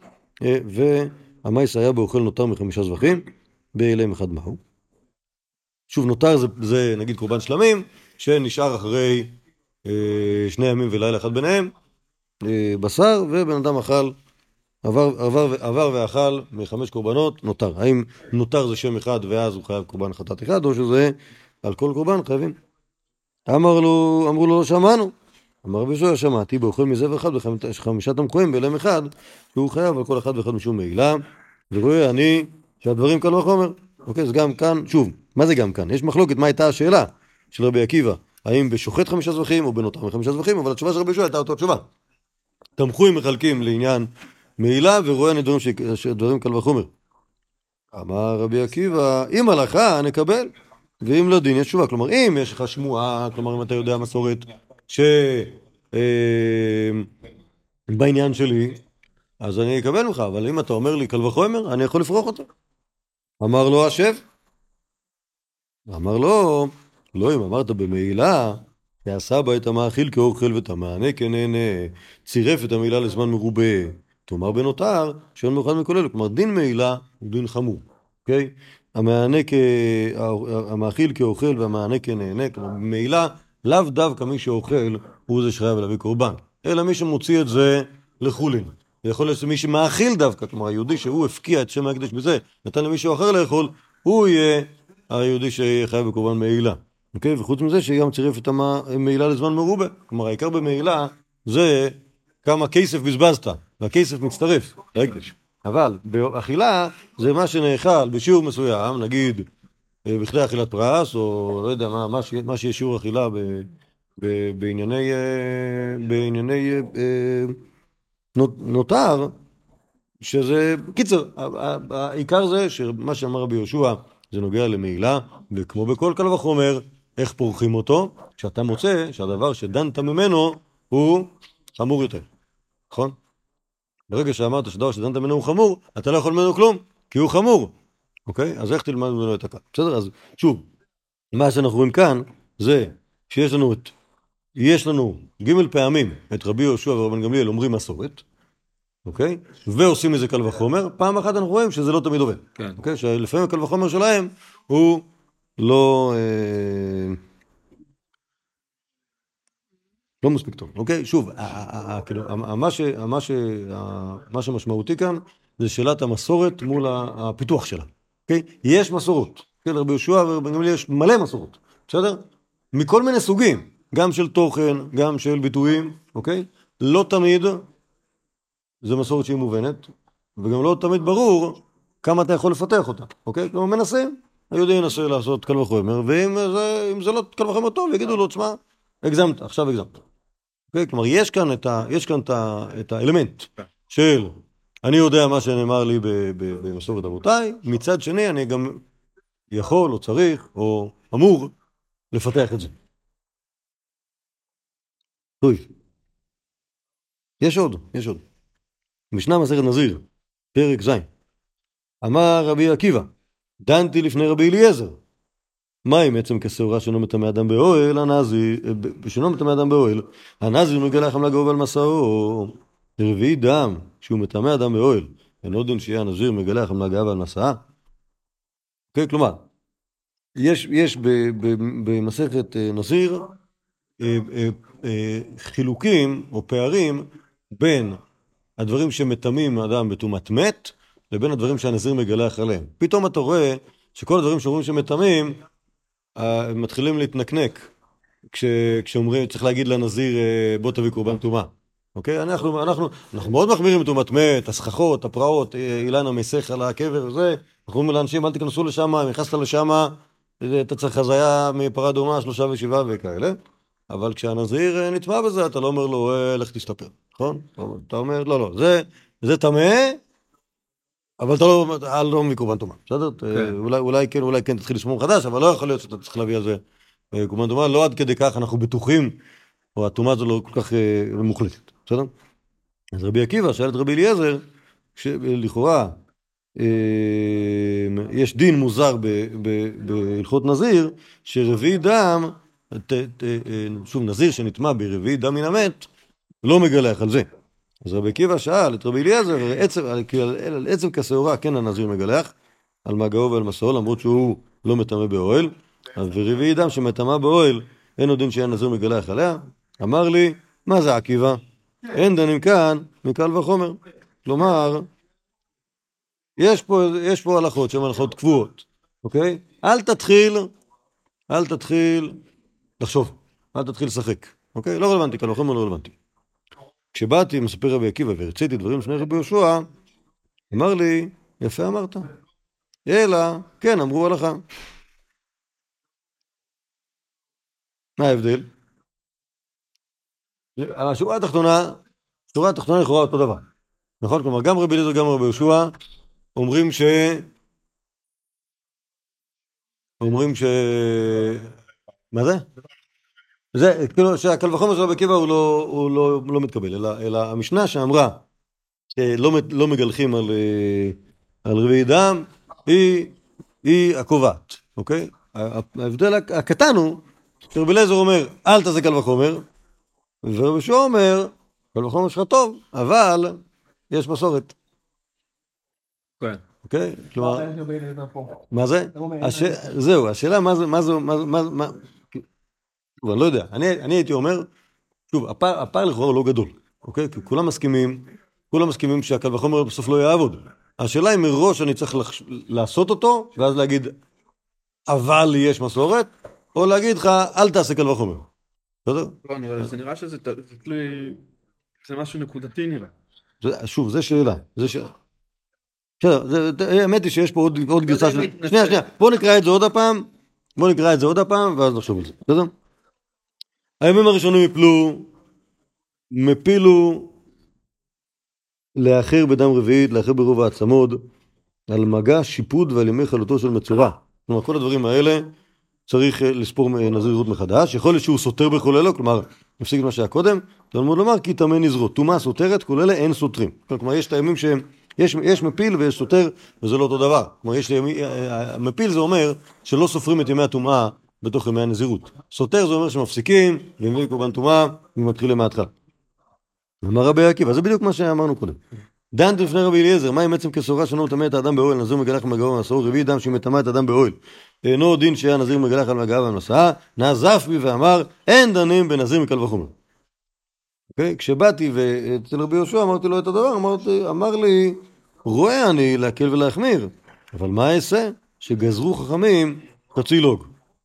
[SPEAKER 1] והמייס היה באוכל נותר מחמישה זבחים באילם אחד. מהו? שוב, נותר זה, זה נגיד קורבן שלמים, שנשאר אחרי אה, שני ימים ולילה אחד ביניהם, אה, בשר, ובן אדם אכל, עבר, עבר, עבר ואכל מחמש קורבנות, נותר. האם נותר זה שם אחד ואז הוא חייב קורבן חטאת אחד, או שזה על כל קורבן חייבים? אמר לו, אמרו לו, לא שמענו. אמר רבי יהושע, שמעתי, באוכל מזה ואחד, בחמישה תמחויים באילם אחד, שהוא חייב על כל אחד ואחד משום מעילה, ורואה אני שהדברים קל וחומר. אוקיי, אז גם כאן, שוב, מה זה גם כאן? יש מחלוקת, מה הייתה השאלה של רבי עקיבא? האם בשוחט חמישה זבחים או בנותר מחמישה זבחים? אבל התשובה של רבי יהושע הייתה אותה תשובה. תמחויים מחלקים לעניין מעילה, ורואה אני דברים שדברים קל וחומר. אמר רבי עקיבא, אם הלכה נקבל, ואם לא דין יש תשובה. כלומר, אם יש לך שמועה, כלומר, אם אתה יודע מסורת, שבעניין שלי, אז אני אקבל ממך, אבל אם אתה אומר לי קל וחומר, אני יכול לפרוח אותו. אמר לו השב, אמר לו, לא, אם אמרת במעילה, יעשה בה את המאכיל כאוכל ואת המענה כנהנה, צירף את המעילה לזמן מרובה, תאמר בנותר, שאין מאוחד מכולל, כלומר דין מעילה הוא דין חמור, אוקיי? המענה כ... המאכיל כאוכל והמענה כנהנה, כלומר במעילה, לאו דווקא מי שאוכל הוא זה שחייב להביא קורבן, אלא מי שמוציא את זה לחולין. יכול להיות שמי שמאכיל דווקא, כלומר היהודי שהוא הפקיע את שם ההקדש בזה, נתן למישהו אחר לאכול, הוא יהיה היהודי שחייב בקורבן מעילה. אוקיי? וחוץ מזה שגם צירף את המעילה לזמן מרובה. כלומר, העיקר במעילה זה כמה כסף בזבזת, והכסף מצטרף להקדש. אבל באכילה זה מה שנאכל בשיעור מסוים, נגיד בכדי אכילת פרס, או לא יודע מה, מה, ש... מה שיש שיעור אכילה ב... ב... בענייני, בענייני נותר, שזה, קיצר, העיקר זה שמה שאמר רבי יהושע זה נוגע למעילה, וכמו בכל קל וחומר, איך פורחים אותו? כשאתה מוצא שהדבר שדנת ממנו הוא חמור יותר, נכון? ברגע שאמרת שהדבר שדנת ממנו הוא חמור, אתה לא יכול ממנו כלום, כי הוא חמור, אוקיי? אז איך תלמד ממנו את הקל? בסדר? אז שוב, מה שאנחנו רואים כאן זה שיש לנו את, יש לנו ג' פעמים את רבי יהושע ורבן גמליאל אומרים מסורת, אוקיי? ועושים מזה קל וחומר, פעם אחת אנחנו רואים שזה לא תמיד עובד.
[SPEAKER 5] כן.
[SPEAKER 1] אוקיי? שלפעמים הקל וחומר שלהם הוא לא... אה, לא מספיק טוב, אוקיי? שוב, כאילו, מה שמשמעותי כאן זה שאלת המסורת מול הפיתוח שלה, אוקיי? יש מסורות, כן, רבי יהושע ורבן גמליאל יש מלא מסורות, בסדר? מכל מיני סוגים, גם של תוכן, גם של ביטויים, אוקיי? לא תמיד זה מסורת שהיא מובנת, וגם לא תמיד ברור כמה אתה יכול לפתח אותה, אוקיי? כלומר, מנסים, היהודי ינסה לעשות קל וחומר, ואם זה, אם זה לא קל וחומר טוב, יגידו לו, תשמע, הגזמת, עכשיו הגזמת. Okay, כלומר, יש כאן את, ה, יש כאן את, ה, את האלמנט של אני יודע מה שנאמר לי במסורת אבותיי, מצד שני אני גם יכול או צריך או אמור לפתח את זה. טוב. יש עוד, יש עוד. משנה מסכת נזיר, פרק ז'. אמר רבי עקיבא, דנתי לפני רבי אליעזר. מה אם עצם כשעורה שאינו מטמא אדם באוהל, הנזיר, שאינו מטמא אדם באוהל, הנזיר מגלח חמלה גובה על מסעו, רביעי דם, שהוא מטמא אדם באוהל, אינו דין שיהיה הנזיר מגלח חמלה גובה על מסעה? אוקיי, כלומר, יש, יש במסכת נזיר חילוקים או פערים בין הדברים שמטמאים אדם בטומאת מת, לבין הדברים שהנזיר מגלח עליהם. פתאום אתה רואה שכל הדברים שאומרים שמטמאים, הם מתחילים להתנקנק, כש, כשאומרים, צריך להגיד לנזיר, בוא תביא קורבן טומאה. אוקיי? אנחנו, אנחנו, אנחנו מאוד מחמירים טומאת מת, הסככות, הפרעות, אילנה מסך על הקבר וזה. אנחנו אומרים לאנשים, אל תיכנסו לשם, אם נכנסת לשם, אתה צריך חזיה מפרה דומה, שלושה ושבעה וכאלה. אבל כשהנזיר נטמע בזה, אתה לא אומר לו, לך תסתפר, נכון? אתה אומר, לא, לא, זה, זה טמא, אבל אתה לא, לא מביא קורבן טומאה, בסדר? אולי, אולי כן, אולי כן תתחיל לשמור חדש, אבל לא יכול להיות שאתה צריך להביא על זה קורבן טומאה, לא עד כדי כך אנחנו בטוחים, או הטומאה הזו לא כל כך מוחלטת, בסדר? אז רבי עקיבא שאל את רבי אליעזר, שלכאורה יש דין מוזר בהלכות נזיר, שרביעי דם, שוב, נזיר שנטמע ברביעי דם מן המת, לא מגלח על זה. אז רבי עקיבא שאל את רבי אליעזר, על עצם כשעורה כן הנזיר מגלח, על מגעו ועל מסעו, למרות שהוא לא מטמא באוהל, ורביעי דם שמטמא באוהל, אין עוד דין שהנזיר מגלח עליה. אמר לי, מה זה עקיבא? אין דנים כאן מקל וחומר. כלומר, יש פה, יש פה הלכות שהן הלכות קבועות, אוקיי? אל תתחיל, אל תתחיל לחשוב, אל תתחיל לשחק, אוקיי? לא רלוונטי, קל וחומר לא רלוונטי. כשבאתי, מספר רבי עקיבא, והרציתי דברים לפני רבי יהושע, אמר לי, יפה אמרת. אלא, כן, אמרו הלכה. מה ההבדל? השורה התחתונה, השורה התחתונה לכאורה אותו דבר. נכון? כלומר, גם רבי אליעזר, גם רבי יהושע, אומרים ש... אומרים ש... מה זה? זה, כאילו, שהקל וחומר של רבי עקיבא הוא לא, הוא לא, לא מתקבל, אלא, אלא המשנה שאמרה שלא לא מגלחים על, על רביעי דם, היא, היא הקובעת, אוקיי? ההבדל הקטן הוא, שרבי אליעזר אומר, אל תעשה קל וחומר, ורבי יהושע אומר, קל וחומר שלך טוב, אבל יש מסורת.
[SPEAKER 5] כן.
[SPEAKER 1] אוקיי? כלומר, מה זה? זהו, השאלה מה זה, מה זה, מה, מה, אבל אני לא יודע, אני, אני הייתי אומר, שוב, הפער, הפער לכאורה הוא לא גדול, אוקיי? כי כולם מסכימים, כולם מסכימים שהקל וחומר בסוף לא יעבוד. השאלה היא מראש אני צריך לח... לעשות אותו, ואז להגיד, אבל לי יש מסורת, או להגיד לך, אל תעשה קל וחומר. בסדר?
[SPEAKER 5] לא, נראה, זה נראה שזה תלוי, זה משהו נקודתי נראה.
[SPEAKER 1] זה, שוב, זה שאלה, זה שאלה. בסדר, האמת היא שיש פה עוד, עוד גרסה של... שנייה, שנייה, בוא נקרא את זה עוד הפעם, בוא נקרא את זה עוד הפעם, ואז נחשוב על זה. בסדר? הימים הראשונים יפלו, מפילו לאחר בדם רביעית, לאחר ברוב העצמות, על מגע, שיפוד ועל ימי חלותו של מצורע. כלומר, כל הדברים האלה צריך לספור נזירות מחדש. יכול להיות שהוא סותר בכל אלו, כלומר, נפסיק את מה שהיה קודם, תלמוד לומר, כי טמא נזרות. טומאה סותרת, כל אלה אין סותרים. כלומר, יש את הימים שהם, יש, יש מפיל ויש סותר, וזה לא אותו דבר. כלומר, יש לימי, מפיל זה אומר שלא סופרים את ימי הטומאה בתוך ימי הנזירות. סותר זה אומר שמפסיקים, ומביא קורבן טומאה, ומתחילים מההתחלה. אמר רבי עקיבא, זה בדיוק מה שאמרנו קודם. דנת לפני רבי אליעזר, מה עם עצם כסורה שאינו מטמא את האדם באוהל, נזיר מגלח ומגעו ומסעו, רביעי דם שמטמא את האדם באוהל. אינו דין שהיה נזיר מגלח על מגעו ומסעה, נזף בי ואמר, אין דנים בנזיר מקל וחומר. אוקיי? כשבאתי ואצל רבי יהושע אמרתי לו את הדבר, אמרתי, אמר לי, רואה אני להקל ולהחמיר, אבל מה אעשה? שגזרו חכמים חצי לוג.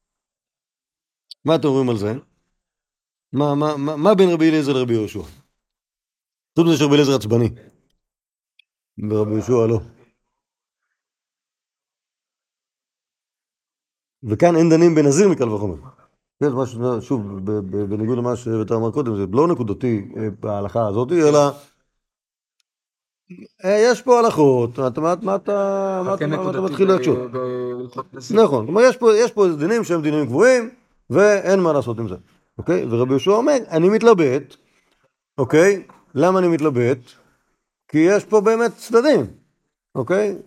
[SPEAKER 1] מה אתם אומרים על זה? מה, מה, מה, מה בין רבי אליעזר לרבי יהושע? חוץ מזה שרבי אליעזר עצבני. ורבי יהושע לא. וכאן אין דנים בנזיר מקל וחומר. כן, משהו, שוב, בניגוד למה שאתה אמר קודם, זה לא נקודתי בהלכה הזאת, אלא יש פה הלכות, מה אתה מתחיל להקשות? נכון, כלומר יש פה דינים שהם דינים קבועים, ואין מה לעשות עם זה. אוקיי? ורבי יהושע אומר, אני מתלבט, אוקיי? למה אני מתלבט? כי יש פה באמת צדדים, אוקיי?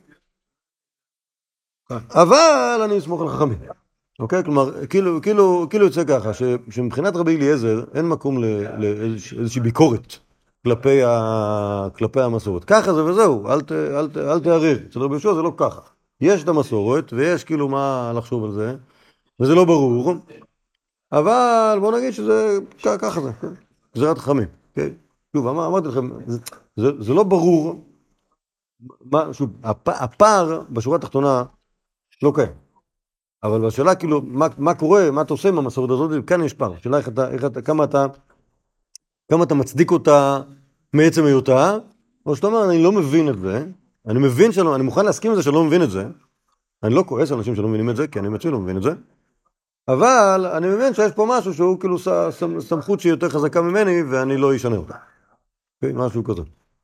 [SPEAKER 1] אבל אני אסמוך על חכמים. אוקיי? כלומר, כאילו, כאילו, כאילו יוצא ככה, שמבחינת רבי אליעזר אין מקום לאיזושהי ביקורת כלפי ה... כלפי המסורת. ככה זה וזהו, אל ת... אל ת... אל תערער. אצל רבי יהושע זה לא ככה. יש את המסורת, ויש כאילו מה לחשוב על זה, וזה לא ברור, אבל בוא נגיד שזה ככה זה, גזירת חכמים. אוקיי? שוב, אמרתי לכם, זה, זה, זה לא ברור, מה, שוב, הפ... הפער בשורה התחתונה לא קיים. אבל בשאלה כאילו, מה, מה קורה, מה אתה עושה עם המסורת הזאת, כאן יש פער. השאלה איך אתה, איך אתה, כמה אתה, כמה אתה מצדיק אותה מעצם היותה, או שאתה אומר, אני לא מבין את זה, אני מבין שלא, אני מוכן להסכים עם זה שלא מבין את זה, אני לא כועס על אנשים שלא מבינים את זה, כי אני מצוי לא מבין את זה, אבל אני מבין שיש פה משהו שהוא כאילו ס, ס, סמכות שהיא יותר חזקה ממני, ואני לא אשנה אותה. Okay, משהו כזה.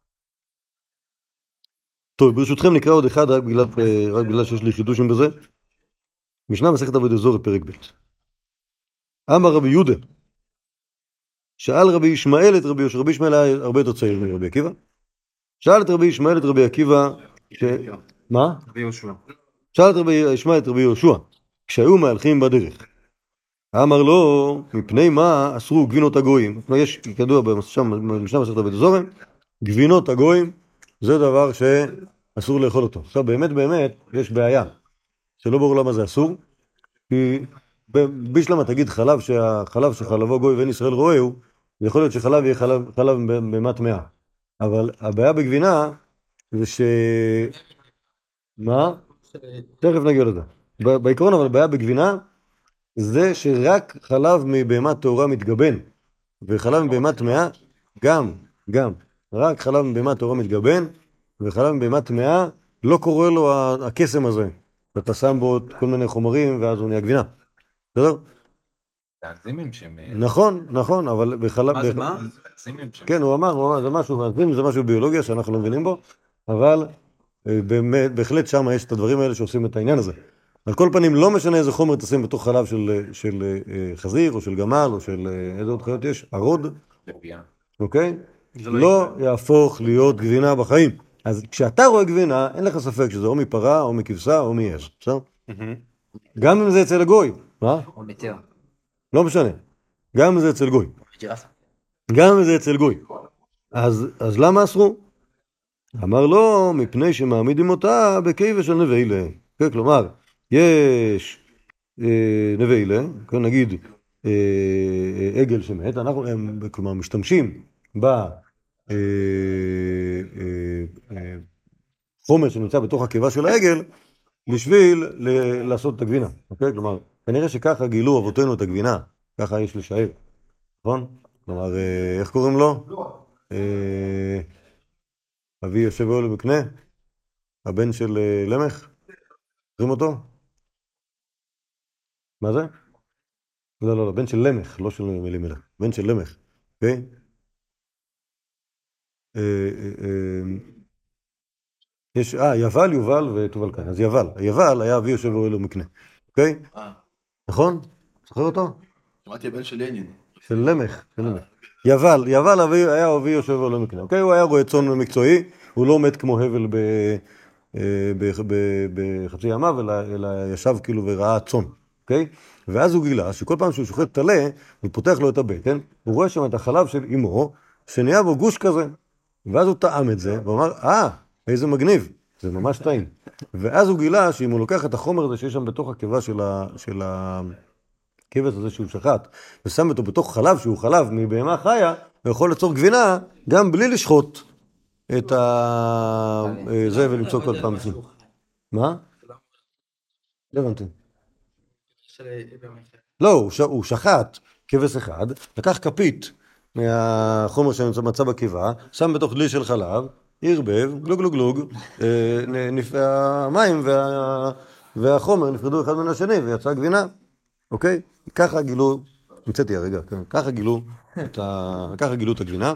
[SPEAKER 1] טוב, ברשותכם נקרא עוד אחד, רק בגלל, רק בגלל שיש לי חידושים בזה. משנה מסכת עבודת זוהר פרק ב'. אמר רבי יהודה, שאל רבי ישמעאל את רבי יהושע, רבי ישמעאל היה הרבה יותר צעיר מרבי עקיבא, שאל את רבי ישמעאל את רבי עקיבא, ש... מה?
[SPEAKER 3] רבי יהושע.
[SPEAKER 1] שאל את רבי ישמעאל את רבי יהושע, כשהיו מהלכים בדרך. אמר לו, מפני מה אסרו גבינות הגויים? יש כדוע במשנה מסכת עבודת זוהר, גבינות הגויים זה דבר שאסור לאכול אותו. עכשיו באמת באמת יש בעיה. שלא ברור למה זה אסור, כי בשלמה תגיד חלב שהחלב שחלבו גוי ואין ישראל רואהו, יכול להיות שחלב יהיה חלב, חלב במה טמאה. אבל הבעיה בגבינה זה ש... מה? תכף נגיע לזה. בעיקרון אבל הבעיה בגבינה זה שרק חלב מבהמה טהורה מתגבן, וחלב מבהמה טמאה גם, גם. רק חלב מבהמה טהורה מתגבן, וחלב מבהמה טמאה לא קורה לו הקסם הזה. ואתה שם בו כל מיני חומרים, ואז הוא נהיה גבינה. בסדר?
[SPEAKER 3] זה אנזימים שהם... נכון,
[SPEAKER 1] נכון, אבל בחלב...
[SPEAKER 3] מה זה מה? אנזימים שהם...
[SPEAKER 1] כן, הוא אמר, הוא אמר, זה משהו, אנזימים זה משהו ביולוגיה שאנחנו לא מבינים בו, אבל באמת, בהחלט שם יש את הדברים האלה שעושים את העניין הזה. על כל פנים, לא משנה איזה חומר תשים בתוך חלב של, של חזיר, או של גמל, או של איזה עוד חיות יש, הרוד, אוקיי? לא יהפוך להיות גבינה בחיים. אז כשאתה רואה גבינה, אין לך ספק שזה או מפרה, או מכבשה, או מעז, בסדר? גם אם זה אצל הגוי, מה?
[SPEAKER 3] או מתיר.
[SPEAKER 1] לא משנה. גם אם זה אצל גוי. גם אם זה אצל גוי. אז, אז למה אסרו? אמר לו, מפני שמעמידים אותה בכיבש של נבלה. כן, כלומר, יש אה, נבלה, כן, נגיד אה, עגל שמת, אנחנו הם, כלומר, משתמשים ב... אה, אה, אה, חומר שנמצא בתוך הקיבה של העגל בשביל ל- לעשות את הגבינה, אוקיי? כלומר, כנראה שככה גילו אבותינו את הגבינה, ככה יש לשער, נכון? כלומר, אה, איך קוראים לו? אה, אבי יושב ואוהל בקנה, הבן של אה, למך, זוכרים אותו? מה זה? לא, לא, לא, בן של למך, לא של אלימלך, בן של למך, אוקיי? יש, אה, יבל, יובל ותובל כאן, אז יבל, יבל היה אבי יושב ואוהל מקנה, אוקיי? נכון? זוכר אותו?
[SPEAKER 5] שמעתי הבן של לנין.
[SPEAKER 1] של למך, של למך. יבל, יבל היה אבי יושב ואוהל מקנה, אוקיי? הוא היה רועה צאן מקצועי, הוא לא מת כמו הבל בחצי ימיו, אלא ישב כאילו וראה צאן, אוקיי? ואז הוא גילה שכל פעם שהוא שוחט טלה, הוא פותח לו את הבטן, הוא רואה שם את החלב של אמו, שנהיה בו גוש כזה. ואז הוא טעם את זה, ואמר, אה, איזה מגניב, זה ממש טעים. ואז הוא גילה שאם הוא לוקח את החומר הזה שיש שם בתוך הקיבה של ה... של ה... הכבש הזה שהוא שחט, ושם אותו בתוך חלב שהוא חלב מבהמה חיה, הוא יכול ליצור גבינה גם בלי לשחוט את ה... זה ולמצוא כל פעם בפנים. מה? לא הבנתי. לא, הוא שחט כבש אחד, לקח כפית מהחומר שמצא בקיבה, שם בתוך דלי של חלב, ערבב, גלוג גלוג גלוג, המים והחומר נפרדו אחד מן השני ויצאה גבינה. אוקיי? ככה גילו, מצאתי הרגע, ככה גילו את ה... ככה גילו את הגבינה.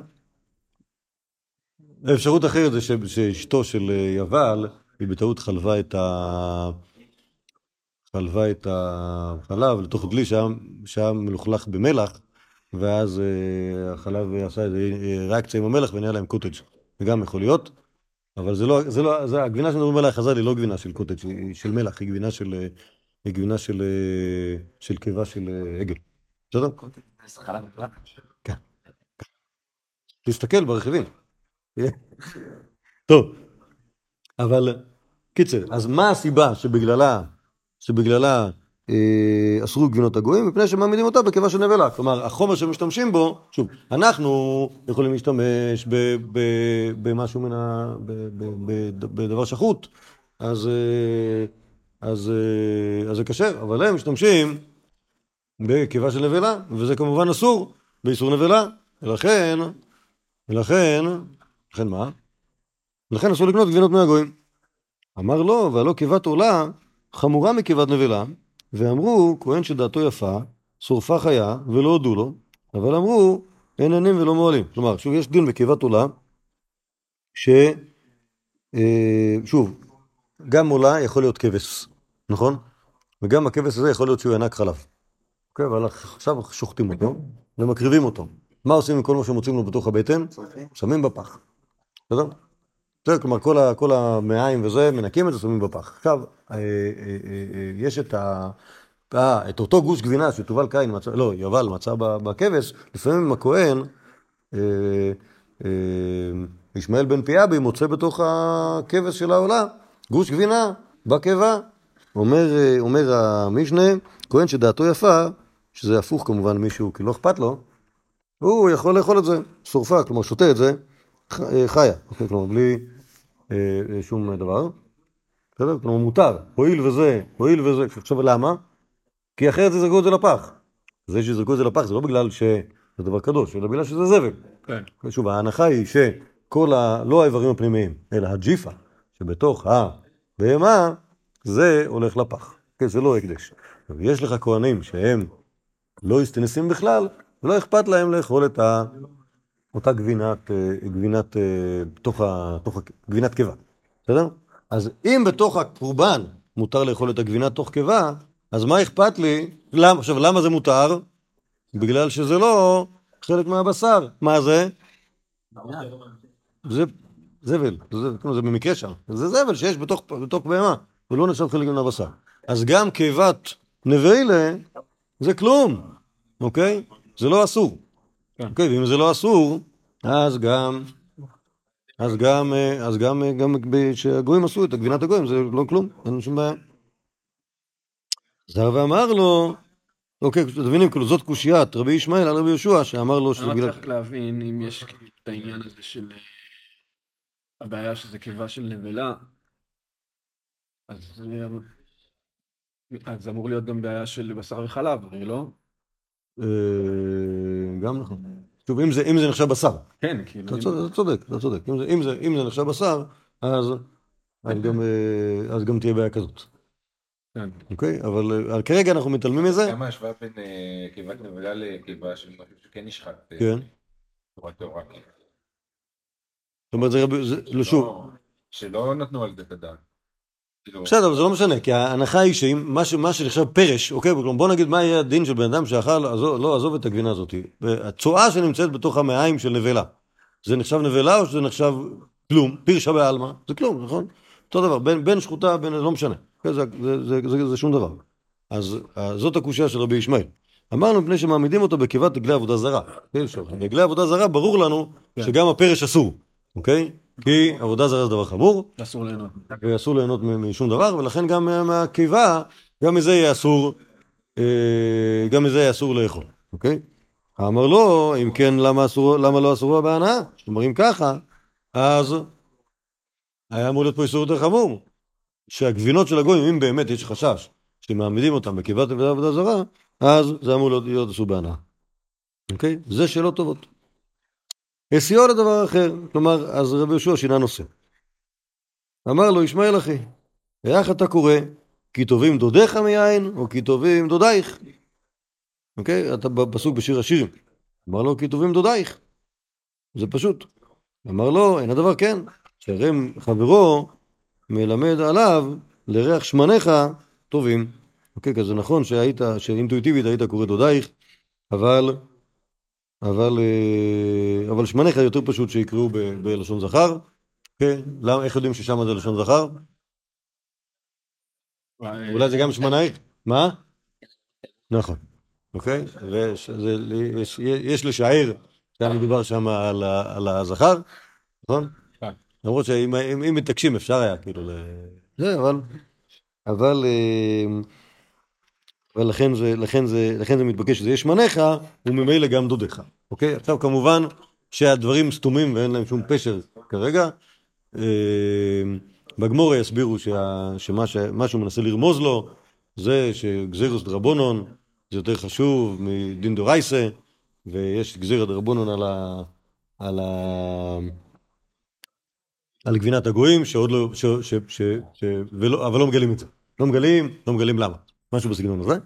[SPEAKER 1] האפשרות אחרת זה שאשתו של יבל, היא בטעות חלבה את ה... חלבה את החלב לתוך דלי שהיה מלוכלך במלח, ואז החלב עשה איזו ריאקציה עם המלח ונהיה להם קוטג'. זה גם יכול להיות, אבל זה לא, זה לא, זה, הגבינה שמדברים עליה חז"ל היא לא גבינה של קוטג', היא של מלח, היא גבינה של... היא גבינה של, של קיבה של עגל. בסדר? כן. תסתכל ברכיבים. טוב. אבל, קיצר, אז מה הסיבה שבגללה, שבגללה אה, אסרו גבינות הגויים? מפני שמעמידים אותה בקיבה של נבלה. כלומר, החומר שמשתמשים בו, שוב, אנחנו יכולים להשתמש ב, ב, במשהו מן ה... ב, ב, ב, בדבר שחוט. אז... אה, אז, אז זה קשה, אבל הם משתמשים בקיבה של נבלה, וזה כמובן אסור באיסור נבלה, ולכן, ולכן, לכן מה? לכן אסור לקנות גבינות מהגויים. אמר לו, והלא קיבת עולה חמורה מקיבת נבלה, ואמרו, כהן שדעתו יפה, שורפה חיה, ולא הודו לו, אבל אמרו, אין ענים ולא מועלים. כלומר, שוב, יש דין בקיבת עולה, ש... שוב, גם עולה יכול להיות כבש, נכון? וגם הכבש הזה יכול להיות שהוא ינק חלב. אוקיי, אבל עכשיו שוחטים אותו ומקריבים אותו. מה עושים עם כל מה שמוצאים לו בתוך הבטן? שמים בפח. בסדר? בסדר, כלומר, כל, ה, כל המעיים וזה, מנקים את זה, שמים בפח. עכשיו, אה, אה, אה, יש את, ה, אה, את אותו גוש גבינה שתובל קין, מצא, לא, יובל מצא בכבש, לפעמים עם הכהן, אה, אה, ישמעאל בן פיאבי מוצא בתוך הכבש של העולה, גוש גבינה בקיבה. אומר, אומר המשנה, כהן שדעתו יפה, שזה הפוך כמובן מישהו, כי לא אכפת לו, הוא יכול לאכול את זה, שורפה, כלומר שותה את זה, חיה, כלומר בלי אה, שום דבר. בסדר? כלומר מותר, הועיל וזה, הועיל וזה, עכשיו למה? כי אחרת זה זרקו את זה לפח. זה שזרקו את זה לפח זה לא בגלל שזה דבר קדוש, אלא בגלל שזה זבל. כן. שוב, ההנחה היא שכל ה... לא האיברים הפנימיים, אלא הג'יפה, שבתוך הבהמה, זה הולך לפח. כן, זה לא הקדש. יש לך כהנים שהם לא הסתנסים בכלל, ולא אכפת להם לאכול את ה... אותה גבינת, גבינת, תוך ה... תוך ה... גבינת קיבה. בסדר? אז אם בתוך הקורבן מותר לאכול את הגבינת תוך קיבה, אז מה אכפת לי? למה? עכשיו, למה זה מותר? בגלל שזה לא חלק מהבשר. מה זה? זה זבל. זה, זה במקרה שם. זה זבל שיש בתוך, בתוך בהמה, ולא נחשב חלק מהבשר. אז גם קיבת נבלה זה כלום. אוקיי? זה לא אסור. אוקיי, ואם זה לא אסור, אז גם, אז גם, אז גם, גם שהגויים עשו את הגבינת הגויים, זה לא כלום, אין שום בעיה. זר ואמר לו, אוקיי, תבינים, כאילו זאת קושיית רבי ישמעאל על רבי יהושע, שאמר לו שזה
[SPEAKER 5] אני
[SPEAKER 1] בגלל...
[SPEAKER 5] צריך להבין אם יש את העניין הזה של הבעיה שזה קיבה של נבלה, אז זה אמור להיות גם בעיה של בשר וחלב, הרי לא?
[SPEAKER 1] גם נכון. שוב, אם זה, אם זה נחשב בשר.
[SPEAKER 5] כן, כאילו.
[SPEAKER 1] אתה צודק, אתה צודק, אתה צודק. אם זה, אם זה, אם זה נחשב בשר, אז, אז גם, אז גם תהיה בעיה כזאת.
[SPEAKER 5] כן.
[SPEAKER 1] אוקיי? אבל כרגע אנחנו מתעלמים מזה.
[SPEAKER 7] כמה השוואה בין קיבת נבלה לקיבה של משהו שכן נשחט?
[SPEAKER 1] כן.
[SPEAKER 7] תורה תורה.
[SPEAKER 1] זאת אומרת, זה, שוב.
[SPEAKER 7] שלא נתנו על זה את הדעת.
[SPEAKER 1] בסדר, אבל זה לא משנה, כי ההנחה היא שמה שנחשב פרש, אוקיי, בוא נגיד מה יהיה הדין של בן אדם שאכל, לא עזוב את הגבינה הזאת. הצואה שנמצאת בתוך המעיים של נבלה, זה נחשב נבלה או שזה נחשב כלום, פירשה בעלמא, זה כלום, נכון? אותו דבר, בין שחוטה, בין, לא משנה, זה שום דבר. אז אז זאת הקושיה של רבי ישמעאל. אמרנו מפני שמעמידים אותו בקיבת עגלי עבודה זרה. בעגלי עבודה זרה ברור לנו שגם הפרש אסור, אוקיי? כי עבודה זרה זה דבר חמור,
[SPEAKER 5] אסור ליהנות.
[SPEAKER 1] ואסור ליהנות משום דבר, ולכן גם מהקיבה, גם מזה יהיה אסור, אה, גם מזה יהיה אסור לאכול, אוקיי? אמר לו, אם כן, למה אסור, למה לא אסור בהנאה? אומרים ככה, אז היה אמור להיות פה איסור יותר חמור, שהגבינות של הגויים, אם באמת יש חשש שמעמידים אותם בקיבת עבודה זרה, אז זה אמור להיות, להיות אסור בהנאה. אוקיי? זה שאלות טובות. הסיוע לדבר אחר, כלומר, אז רבי יהושע שינה נושא. אמר לו, ישמעאל אחי, איך אתה קורא? כי טובים דודיך מיין, או כי טובים דודייך? אוקיי? אתה בפסוק בשיר השירים. אמר לו, כי טובים דודייך. זה פשוט. אמר לו, אין הדבר כן. שהרם חברו מלמד עליו לריח שמניך טובים. אוקיי, כי זה נכון שהיית, שאינטואיטיבית היית קורא דודייך, אבל, אבל, אבל שמניך יותר פשוט שיקראו ב, בלשון זכר. אוקיי, למה, איך יודעים ששם זה לשון זכר? אולי זה גם שמנייך? מה? נכון. אוקיי? ויש לשער שהיה מדובר שם על, על הזכר, נכון? למרות שאם אם מתעקשים אפשר היה כאילו ל... זה, אבל... אבל... אבל לכן זה, לכן זה, לכן זה מתבקש שזה יש שמניך, וממילא גם דודיך. אוקיי? עכשיו כמובן שהדברים סתומים ואין להם שום פשר כרגע. בגמורה יסבירו שה, שמה שמה שהוא מנסה לרמוז לו זה שגזירוס דרבונון זה יותר חשוב מדין דורייסה, ויש גזירה דרבונון על ה... על ה... על גבינת הגויים שעוד לא... ש... ש... ש... ש... ולא... אבל לא מגלים את זה. לא מגלים, לא מגלים למה. משהו בסגנון הזה.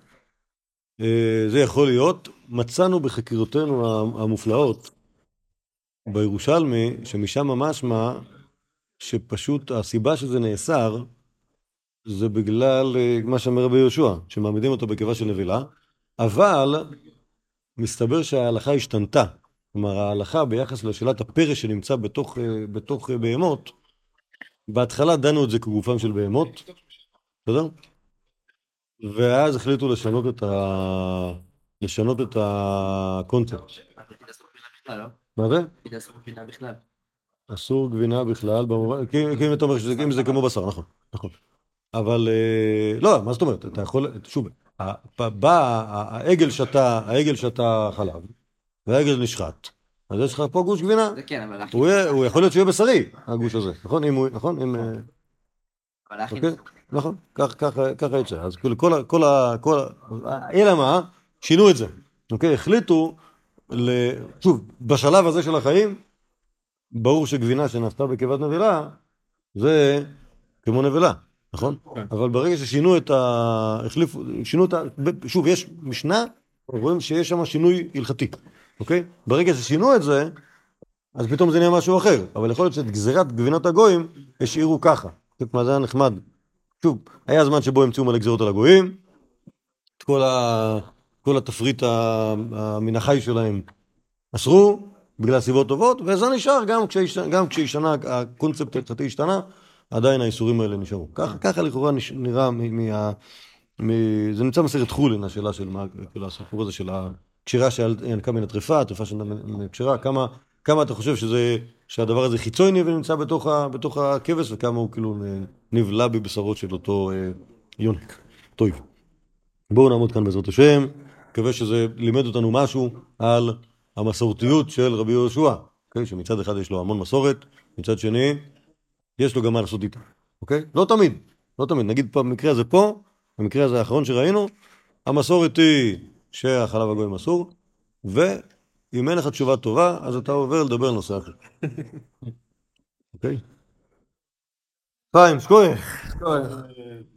[SPEAKER 1] זה יכול להיות, מצאנו בחקירותינו המופלאות בירושלמי, שמשם ממש מה, שפשוט הסיבה שזה נאסר, זה בגלל מה שאומר רבי יהושע, שמעמידים אותו בקיבה של נבילה, אבל מסתבר שההלכה השתנתה. כלומר, ההלכה ביחס לשאלת הפרש שנמצא בתוך, בתוך בהמות, בהתחלה דנו את זה כגופם של בהמות, בסדר? ואז החליטו לשנות את ה... לשנות את הקונספט. מה זה?
[SPEAKER 6] אסור גבינה בכלל.
[SPEAKER 1] אסור גבינה בכלל, במובן... כי אם אתה אומר שזה כמו בשר, נכון, נכון. אבל לא, מה זאת אומרת? אתה יכול, שוב, בא העגל שתה, העגל שתה חלב, והעגל נשחט. אז יש לך פה גוש גבינה.
[SPEAKER 6] זה כן, אבל...
[SPEAKER 1] הוא יכול להיות שיהיה בשרי, הגוש הזה, נכון? אם הוא, נכון? אם... אוקיי? נכון, ככה יצא. אז כל ה... כל ה... כל ה... אלא מה? שינו את זה. אוקיי? החליטו, שוב, בשלב הזה של החיים, ברור שגבינה שנעשתה בקיבת נבילה, זה כמו נבילה, נכון? אבל ברגע ששינו את ה... החליפו, שינו את ה... שוב, יש משנה, רואים שיש שם שינוי הלכתי, אוקיי? ברגע ששינו את זה, אז פתאום זה נהיה משהו אחר. אבל יכול להיות שאת גזירת גבינות הגויים השאירו ככה. מה זה היה נחמד. שוב, היה זמן שבו המציאו מלא גזירות על הגויים, את כל, ה... כל התפריט מן החי שלהם אסרו, בגלל סיבות טובות, וזה נשאר גם, כשיש... גם כשישנה, הקונספט ההלכתי השתנה, עדיין האיסורים האלה נשארו. ככה, ככה לכאורה נראה, מ... מה... מ... זה נמצא מסכת חולין, השאלה של מה, כאילו הסיפור הזה של הקשירה שינקה מן הטרפה, הטרפה של הקשירה, כמה, כמה אתה חושב שזה, שהדבר הזה חיצוני ונמצא בתוך, ה... בתוך הכבש, וכמה הוא כאילו נבלע בבשרות של אותו אה, יונק. טוב. בואו נעמוד כאן בעזרת השם, מקווה שזה לימד אותנו משהו על המסורתיות של רבי יהושע, אוקיי? שמצד אחד יש לו המון מסורת, מצד שני יש לו גם מה לעשות איתה, אוקיי? לא תמיד, לא תמיד. נגיד במקרה הזה פה, במקרה הזה האחרון שראינו, המסורת היא שהחלב הגויים אסור, ואם אין לך תשובה טובה, אז אתה עובר לדבר על נושא אחר. אוקיי? חיים, שקוי.